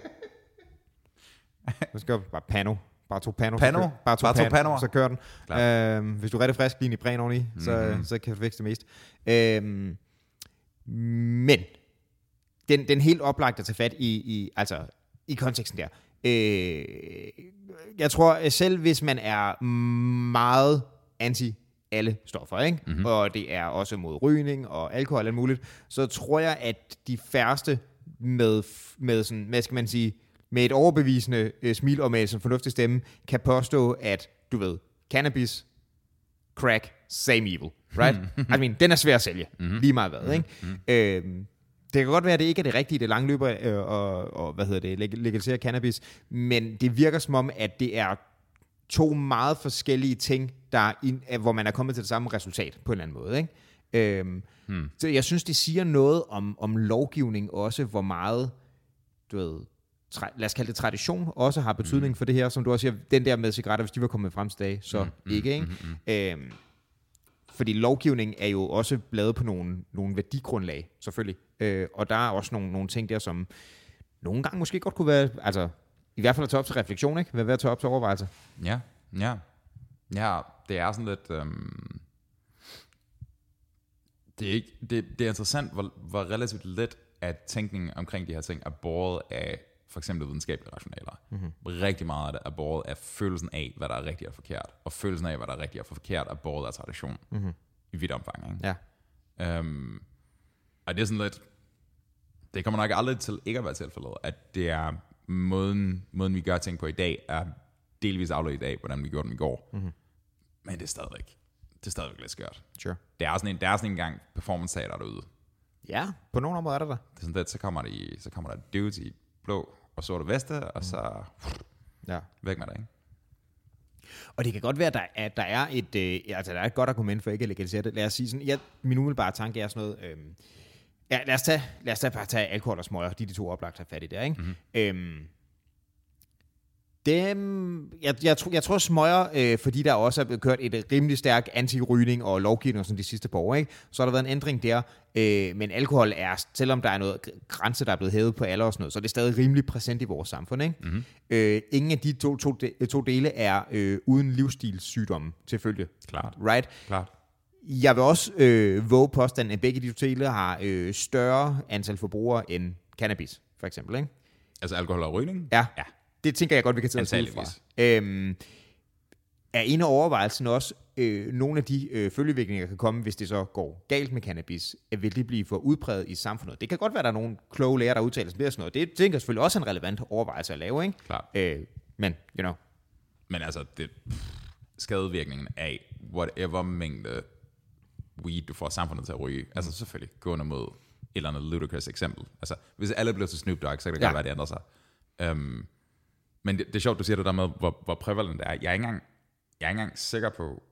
Du skal bare pano. Bare to pano. Pano? Så, bare to, bare pano, to pano, så kører den. Øh, hvis du er rigtig frisk, lige en Ipren oveni, mm-hmm. så, så kan du fikse det mest. Øh, men den, den helt oplagt at tage fat i, i, altså, i konteksten der. Øh, jeg tror, selv hvis man er meget anti alle stoffer, ikke? Mm-hmm. Og det er også mod rygning og alkohol og alt muligt, så tror jeg, at de færreste med, med sådan, hvad skal man sige, med et overbevisende øh, smil og med en fornuftig stemme, kan påstå, at, du ved, cannabis, crack, same evil, right? I mean, den er svær at sælge, mm-hmm. lige meget hvad, ikke? Mm-hmm. Øhm, Det kan godt være, at det ikke er det rigtige i det lange løb øh, og, og hvad hedder det, legalisere cannabis, men det virker som om, at det er to meget forskellige ting, der in, hvor man er kommet til det samme resultat på en eller anden måde. Ikke? Øhm, hmm. Så jeg synes, det siger noget om, om lovgivning også, hvor meget, du ved, tra- lad os kalde det tradition, også har betydning hmm. for det her, som du også siger, den der med cigaretter, hvis de var kommet frem til dag, så hmm. ikke. ikke? Hmm. Øhm, fordi lovgivning er jo også lavet på nogle, nogle værdigrundlag, selvfølgelig. Øh, og der er også nogle, nogle ting der, som nogle gange måske godt kunne være, altså i hvert fald at tage op til refleksion, ikke? Hvad er at tage op til overvejelse? Ja, ja. Ja, det er sådan lidt... Øhm, det, er ikke, det, det er interessant, hvor, hvor relativt let, at tænkningen omkring de her ting er båret af for eksempel videnskabelige rationaler. Mm-hmm. Rigtig meget af det er båret af følelsen af, hvad der er rigtigt og forkert. Og følelsen af, hvad der er rigtigt og forkert, er båret af tradition. Mm-hmm. I vidt omfang, ikke? Ja. Øhm, og det er sådan lidt... Det kommer nok aldrig til ikke at være tilfældet, at det er måden, måden vi gør ting på i dag, er delvis afledt i dag, hvordan vi gjorde den i går. Mm-hmm. Men det er stadigvæk, det er stadigvæk lidt skørt. Sure. Det er sådan en, der er sådan en gang performance-teater derude. Ja, på nogle områder er der der. Det er sådan lidt, så kommer der, i, så kommer der dudes i blå og sorte veste, og så ja. Væk med det, ikke? Og det kan godt være, at der er, der er, et, øh, altså, der er et godt argument for ikke at legalisere det. Lad os sige sådan, ja, min umiddelbare tanke er sådan noget... Øh, Ja, lad os tage, lad os tage, bare tage alkohol og smøger, de de to oplagt har fat i der, ikke? Mm-hmm. Øhm, dem, jeg, jeg, tror, jeg tror smøger, øh, fordi der også er kørt et rimelig stærk anti-rygning og lovgivning og sådan de sidste par år, ikke? Så har der været en ændring der, øh, men alkohol er, selvom der er noget grænse, der er blevet hævet på alder og sådan noget, så er det stadig rimelig præsent i vores samfund, ikke? Mm-hmm. Øh, ingen af de to, to, de, to dele er øh, uden livsstilssygdomme til følge. Klart. Right? Klart. Jeg vil også øh, våge påstanden, at begge de to dele har øh, større antal forbrugere end cannabis, for eksempel, ikke? Altså alkohol og rygning? Ja, ja. Det tænker jeg godt, vi kan tage os ud fra. Øhm, er en af overvejelsen også, øh, nogle af de øh, følgevirkninger, der kan komme, hvis det så går galt med cannabis, at vil det blive for udbredt i samfundet? Det kan godt være, at der er nogle kloge læger, der udtaler sig mere sådan noget. Det tænker jeg selvfølgelig også en relevant overvejelse at lave, ikke? Klart. Øh, men, you know. Men altså, det, skadevirkningen af whatever mængde weed, du får samfundet til at ryge. Mm. Altså selvfølgelig, gående mod et eller andet ludicrous eksempel. Altså, hvis alle bliver til Snoop Dogg, så kan det ja. godt være, det ændrer sig. Um, men det, det er sjovt, du siger det der med, hvor, hvor prævalent det er. Jeg er ikke engang, jeg er ikke engang sikker på,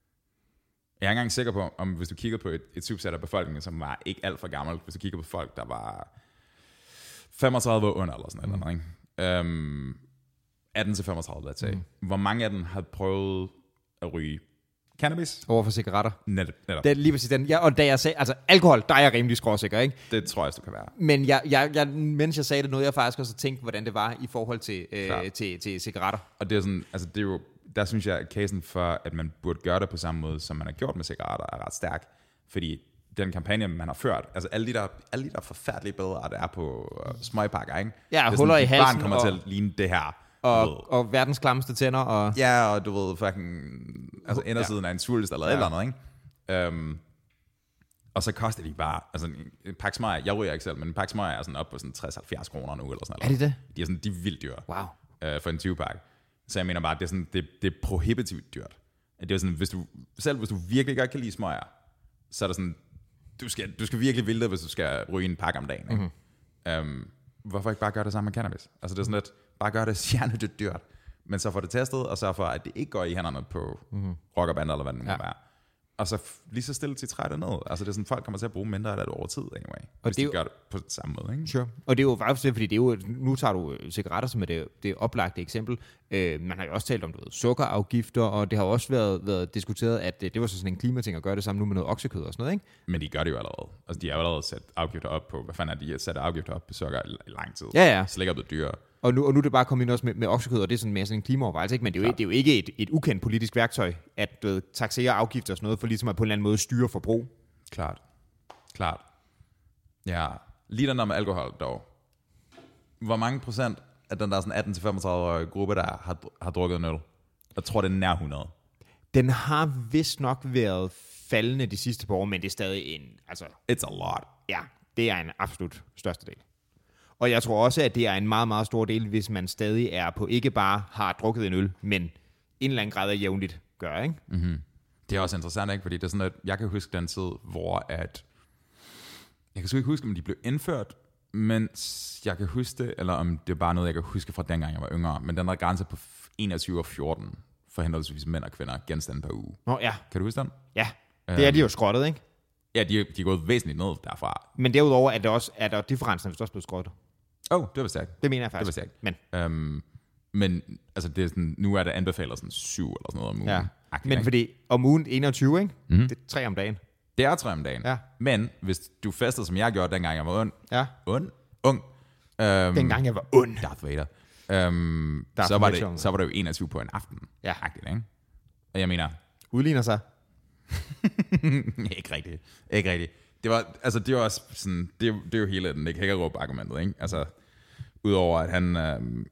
jeg er ikke engang sikker på, om hvis du kigger på et, et subset af befolkningen, som var ikke alt for gammelt, hvis du kigger på folk, der var femogtredive år under, eller sådan mm. noget, ikke? Um, atten til femogtredive, lad os sige. Mm. Hvor mange af dem havde prøvet at ryge cannabis? Over for cigaretter. Netop. netop. Det er lige præcis den. Ja, og da jeg sagde, altså alkohol, der er jeg rimelig skråsikker, ikke? Det tror jeg, du kan være. Men jeg, jeg, jeg, mens jeg sagde det, noget jeg faktisk også tænkte, hvordan det var i forhold til, øh, til, til cigaretter. Og det er sådan, altså det er jo, der synes jeg, at casen for, at man burde gøre det på samme måde, som man har gjort med cigaretter, er ret stærk. Fordi den kampagne, man har ført, altså alle de der, alle de der forfærdelige billeder, der er på uh, smøgpakker, ikke? Ja, det huller sådan, i halsen. Barn kommer og... til at ligne det her. Og, og verdens klammeste tænder. Og... Ja, og du ved, fucking... Altså indersiden ja. af en svulst eller ja. eller andet, ikke? Um, og så koster de bare... Altså en pakke smøger, jeg ryger ikke selv, men en pakke smøger er sådan op på sådan tres til halvfjerds kroner nu, eller sådan noget. Er det det? De er sådan, de er vildt dyre. Wow. Uh, for en tyve-pakke. Så jeg mener bare, det er sådan, det, det er prohibitivt dyrt. Det er sådan, hvis du... Selv hvis du virkelig godt kan lide smøger, så er det sådan... Du skal, du skal virkelig ville det, hvis du skal ryge en pakke om dagen, ikke? Mm-hmm. Um, hvorfor ikke bare gøre det samme med cannabis? Altså det er sådan lidt... Bare gør det stjernedødt dyrt, men så får det testet, og så for, at det ikke går i hænderne på mm-hmm. rockerbander, eller hvad det nu ja. må være. Og så lige så stille til trætte ned. Altså det er sådan, folk kommer til at bruge mindre af det over tid, anyway, og hvis de jo, gør det på samme måde. Ikke? Sure. Og det er jo faktisk det, fordi det er jo, nu tager du cigaretter som er det, det oplagte eksempel. Øh, man har jo også talt om du ved, sukkerafgifter, og det har også været, været diskuteret, at det, det var så sådan en klimating at gøre det samme nu med noget oksekød og sådan noget, ikke? Men de gør det jo allerede. Altså de har jo allerede sat afgifter op på, hvad fanden er de har sat afgifter op på sukker i, i lang tid. Ja, ja. Slik er blevet dyrere. Og nu, og nu er det bare kommet ind også med, med oksekød, og det er sådan mere sådan en klimaovervejelse, ikke? Men det er jo, det er jo ikke et, et ukendt politisk værktøj, at du ved, taxere afgifter og sådan noget, for ligesom at på en eller anden måde styre forbrug. Klart. Klart. Ja, lige den der med alkohol dog. Hvor mange procent af den der sådan atten til femogtredive-årige gruppe, der har, har drukket en øl? Jeg tror, det er nær hundrede. Den har vist nok været faldende de sidste par år, men det er stadig en... Altså, it's a lot. Ja, det er en absolut største del. Og jeg tror også, at det er en meget, meget stor del, hvis man stadig er på ikke bare har drukket en øl, men en eller anden grad af jævnligt gør, ikke? Mm-hmm. Det er også interessant, ikke? Fordi det er sådan, at jeg kan huske den tid, hvor at Jeg kan sgu ikke huske, om de blev indført, mens jeg kan huske det, eller om det er bare noget, jeg kan huske fra dengang, jeg var yngre. Men den der grænse på enogtyve og fjorten for henholdsvis mænd og kvinder genstande per uge. Nå ja. Kan du huske den? Ja, det er de jo skrottet, ikke? Ja, de, de er gået væsentligt ned derfra. Men derudover er, det også, er der differencen, hvis du også blevet skrottet. Åh, oh, det var stærkt. Det mener jeg faktisk. Det var stærkt. Men, øhm, men altså, det er sådan, nu er det anbefaler sådan syv eller sådan noget om ugen. Ja. Aktivt, men ikke? fordi om ugen enogtyve, ikke? Mm-hmm. Det er tre om dagen. Det er tre om dagen. Ja. Men hvis du festede, som jeg gjorde, dengang jeg var ung, ja. ung, ung øhm, dengang jeg var ung, Darth Vader, øhm, Darth så, var det, så var det jo enogtyve på en aften. Ja. Aktivt, ikke? Og jeg mener... Udligner sig. ikke rigtigt. Ikke rigtigt. Det var, altså, det var også sådan, det, det er jo hele den Nick Hagerup-argumentet, ikke? Altså, udover at han... Øhm,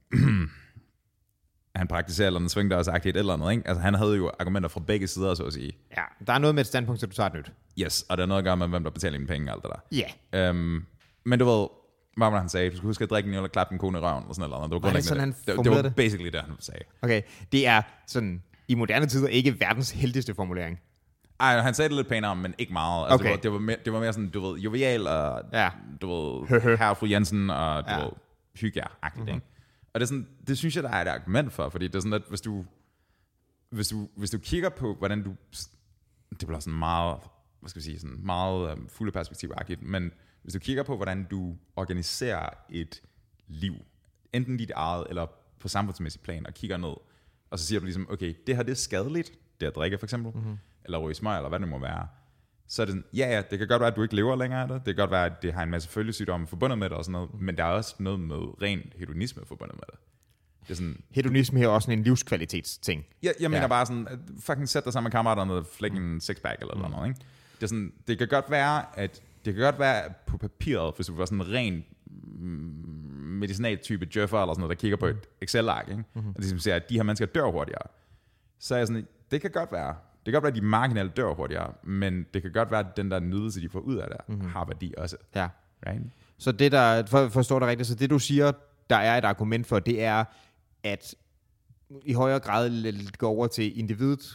han praktiserer eller andet svingdørsagtigt eller andet, ikke? Altså, han havde jo argumenter fra begge sider, så at sige. Ja, der er noget med et standpunkt, så du tager et nyt. Yes, og der er noget at gøre med, hvem der betaler dine penge og alt det der. Ja. Yeah. Øhm, men du ved, hvad var det, han sagde? Du skal huske at drikke en øl og klappe en kone i røven, og sådan noget. Det var, var det sådan, det. han det, det var basically det, han sagde. Okay, det er sådan, i moderne tider ikke verdens heldigste formulering. Ej, han sagde det lidt pænere, men ikke meget. Altså, okay. det, var, det, var mere, det var mere sådan, du ved, jovial, og ja. du ved, herre og fru Jensen, og du ja. ved, hygge-agtigt, mm-hmm. ikke? Og det, er sådan, det synes jeg, der er et argument for, fordi det er sådan, at hvis du, hvis du, hvis du kigger på, hvordan du, det bliver sådan meget, hvad skal vi sige, sådan meget um, fulde perspektiv-agtigt, men hvis du kigger på, hvordan du organiserer et liv, enten dit eget, eller på samfundsmæssig plan, og kigger ned, og så siger du ligesom, okay, det her det er skadeligt, det at drikke for eksempel, mm-hmm. eller ryge smøg, eller hvad det må være, så er det sådan, ja, ja, det kan godt være, at du ikke lever længere af det, det kan godt være, at det har en masse følgesygdomme forbundet med det, og sådan noget, men der er også noget med ren hedonisme forbundet med det. Det er sådan, hedonisme her er også en livskvalitetsting. Jeg, jeg mener ja. bare sådan, at fucking sæt dig sammen med kammeraterne og flække en sixpack eller mm. noget, ikke? Det er sådan, det kan godt være, at det kan godt være at på papiret, hvis du var sådan en ren medicinaltype djøffer eller sådan noget, der kigger på et Excel-ark, ikke? Mm-hmm. Og ligesom siger, at de her mennesker dør hurtigere. Så er jeg sådan, det kan godt være. Det kan godt være, at de marginalt dør hurtigere, men det kan godt være, at den der nydelse, de får ud af det, mm-hmm. har værdi også. Ja. Right? Så det der, for, forstår dig rigtigt, så det du siger, der er et argument for, det er, at i højere grad gå over til individet,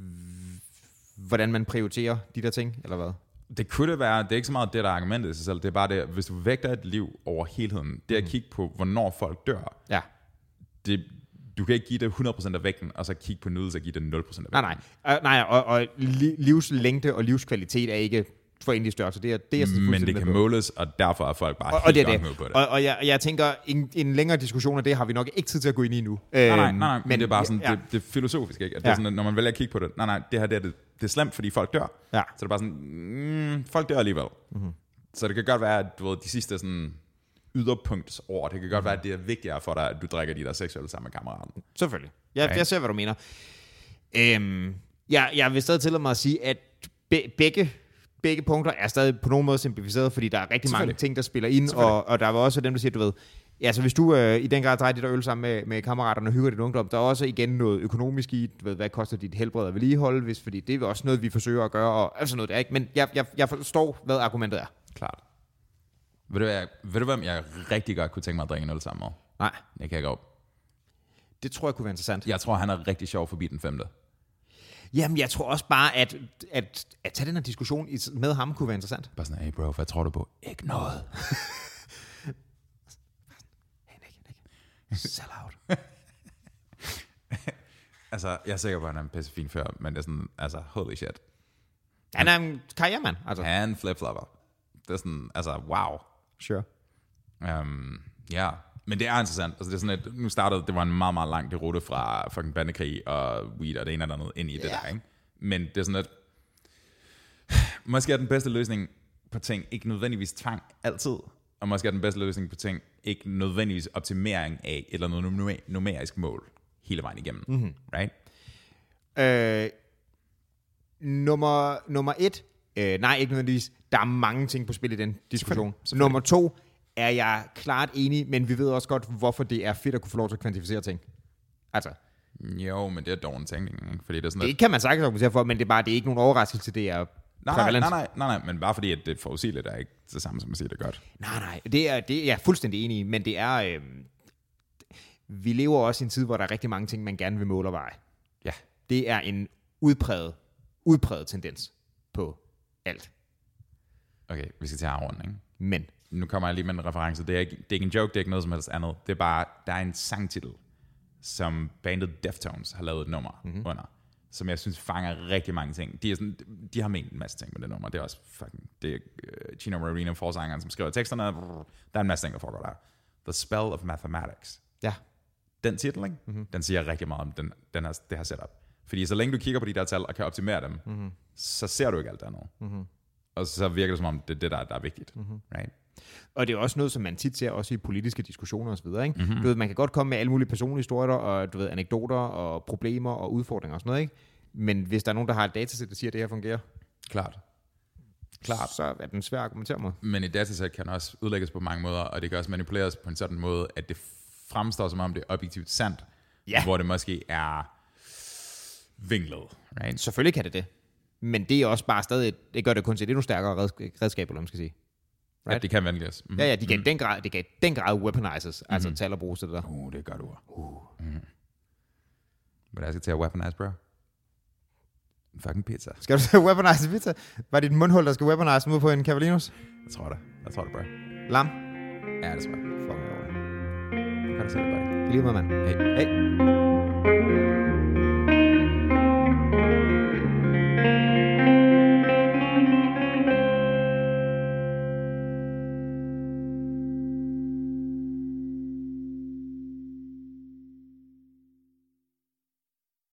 hvordan man prioriterer de der ting, eller hvad? Det kunne det være, det er ikke så meget det, der er argumentet i sig selv, det er bare det, hvis du vægter et liv over helheden, det er at kigge på, hvornår folk dør. Ja. Det, du kan ikke give det hundrede procent af vægten, og så kigge på nydelse og give det nul procent af vægten. Nej, nej. Uh, nej, og, og livslængde og livskvalitet er ikke forenlige størrelser. Det er, det er Men det kan måles, og derfor er folk bare og, helt og det er det. på det. Og, og jeg, jeg tænker, en, en længere diskussion af det har vi nok ikke tid til at gå ind i nu. Nej, nej, nej, nej men det er bare sådan, ja. det, det er filosofisk, ikke? At det ja. er sådan, at når man vælger at kigge på det, nej, nej, det her det er, det, det er slemt, fordi folk dør. Ja. Så det er bare sådan, mm, folk dør alligevel. Mm-hmm. Så det kan godt være, at du ved, de sidste sådan yderpunktsord, det kan godt mm. være, at det er vigtigere for dig, at du drikker de der seksuelle sammen med kammeraten. Selvfølgelig. Jeg, okay. jeg ser, hvad du mener. Øhm, jeg, jeg vil stadig tillade mig at sige, at be, begge, begge punkter er stadig på nogen måde simplificeret, fordi der er rigtig mange ting, der spiller ind, og, og der var også dem, der siger, du ved, ja, så hvis du øh, i den grad drejer dit øl sammen med, med kammeraterne og hygger dit ungdom, der er også igen noget økonomisk i, du ved, hvad koster dit helbred at vedligeholde, hvis, fordi det er også noget, vi forsøger at gøre, og altså noget der, ikke? Men jeg, jeg, jeg forstår, hvad argumentet er. Klart. Ved du, jeg, ved du hvem jeg rigtig godt kunne tænke mig at drikke en øl sammen med? Nej. Det kan jeg gå. Det tror jeg kunne være interessant. Jeg tror, han er rigtig sjov forbi den femte. Jamen, jeg tror også bare, at, at, at tage den her diskussion med ham kunne være interessant. Bare sådan, hey bro, hvad tror du på? Ikke noget. Hey Nick, Nick. Sell out. Altså, jeg er sikker på, at han er en pisse fin fyr, men det er sådan, altså, holy shit. Han er en karrieremand, altså. Han flip-flopper. Det er sådan, altså, wow. Sure. Um, ja, men det er interessant. Altså, det er sådan, at nu startede, det var en meget, meget lang rute fra fucking bandekrig og weed og det ene eller andet ind i yeah. det der, ikke? Men det er sådan, at måske er den bedste løsning på ting ikke nødvendigvis tvang altid, og måske er den bedste løsning på ting ikke nødvendigvis optimering af et eller andet numerisk mål hele vejen igennem. Mm-hmm. Right? Øh, nummer, nummer et, øh, nej, ikke nødvendigvis. Der er mange ting på spil i den diskussion. Selvfølgelig. Selvfølgelig. Nummer to, er jeg klart enig, men vi ved også godt, hvorfor det er fedt at kunne få lov til at kvantificere ting. Altså. Jo, men det er dog en tænkning, fordi det er sådan, det at... kan man sagtens argumentere for, men det er bare det er ikke nogen overraskelse, det er nej, nej, nej, nej, nej, nej, men bare fordi, at det er forudsigeligt, er ikke det samme, som at sige, det er godt. Nej, nej, det er, det er jeg fuldstændig enig i, men det er... Øh, vi lever også i en tid, hvor der er rigtig mange ting, man gerne vil måle og veje. Ja. Det er en udpræget, udpræget tendens på alt. Okay, vi skal til at afrunde, ikke? Men. Nu kommer jeg lige med en reference. Det er, ikke, det er ikke en joke, det er ikke noget som helst andet. Det er bare, der er en sangtitel, som bandet Deftones har lavet et nummer mm-hmm. under, som jeg synes fanger rigtig mange ting. De, er sådan, de har ment en masse ting med det nummer. Det er også fucking... Det er uh, Chino Moreno, forsangeren, som skriver teksterne. Der er en masse ting, der foregår der. The Spell of Mathematics. Ja. Den titel, ikke? Mm-hmm. Den siger rigtig meget om den, den her, det her setup. Fordi så længe du kigger på de der tal og kan optimere dem, mm-hmm. så ser du ikke alt andet. Mm-hmm. Og så virker det som om, det er det, der, der er vigtigt. Mm-hmm. Right? Og det er også noget, som man tit ser også i politiske diskussioner og så videre, ikke? Mm-hmm. Du ved, man kan godt komme med alle mulige personlige historier, og du ved, anekdoter og problemer og udfordringer og sådan noget, ikke? Men hvis der er nogen, der har et datasæt, der siger, at det her fungerer, klart. Klart. Så er den svær at argumentere mod. Men et datasæt kan også udlægges på mange måder, og det kan også manipuleres på en sådan måde, at det fremstår som om det er objektivt sandt, ja. Hvor det måske er vinklet. Right? Selvfølgelig kan det det. Men det er også bare stadig, det gør det kun til et endnu stærkere redskab, eller man skal sige. Right? Ja, det kan vælges. Mm-hmm. Ja, ja, de kan mm. den grad, det kan den grad weaponizes, mm-hmm. altså tal og bruges til det der. Uh, det er godt ord. Uh. Mm. Hvad er det, jeg skal til at weaponize, bro? En fucking pizza. Skal du til at weaponize pizza? Var det dit mundhul, der skal weaponize ud på en Cavalinos? Jeg tror det. Jeg tror det, bro. Lam? Ja, det tror jeg. Fucking over. Du kan da se det, buddy. Lige med, mand. Hey. Hey.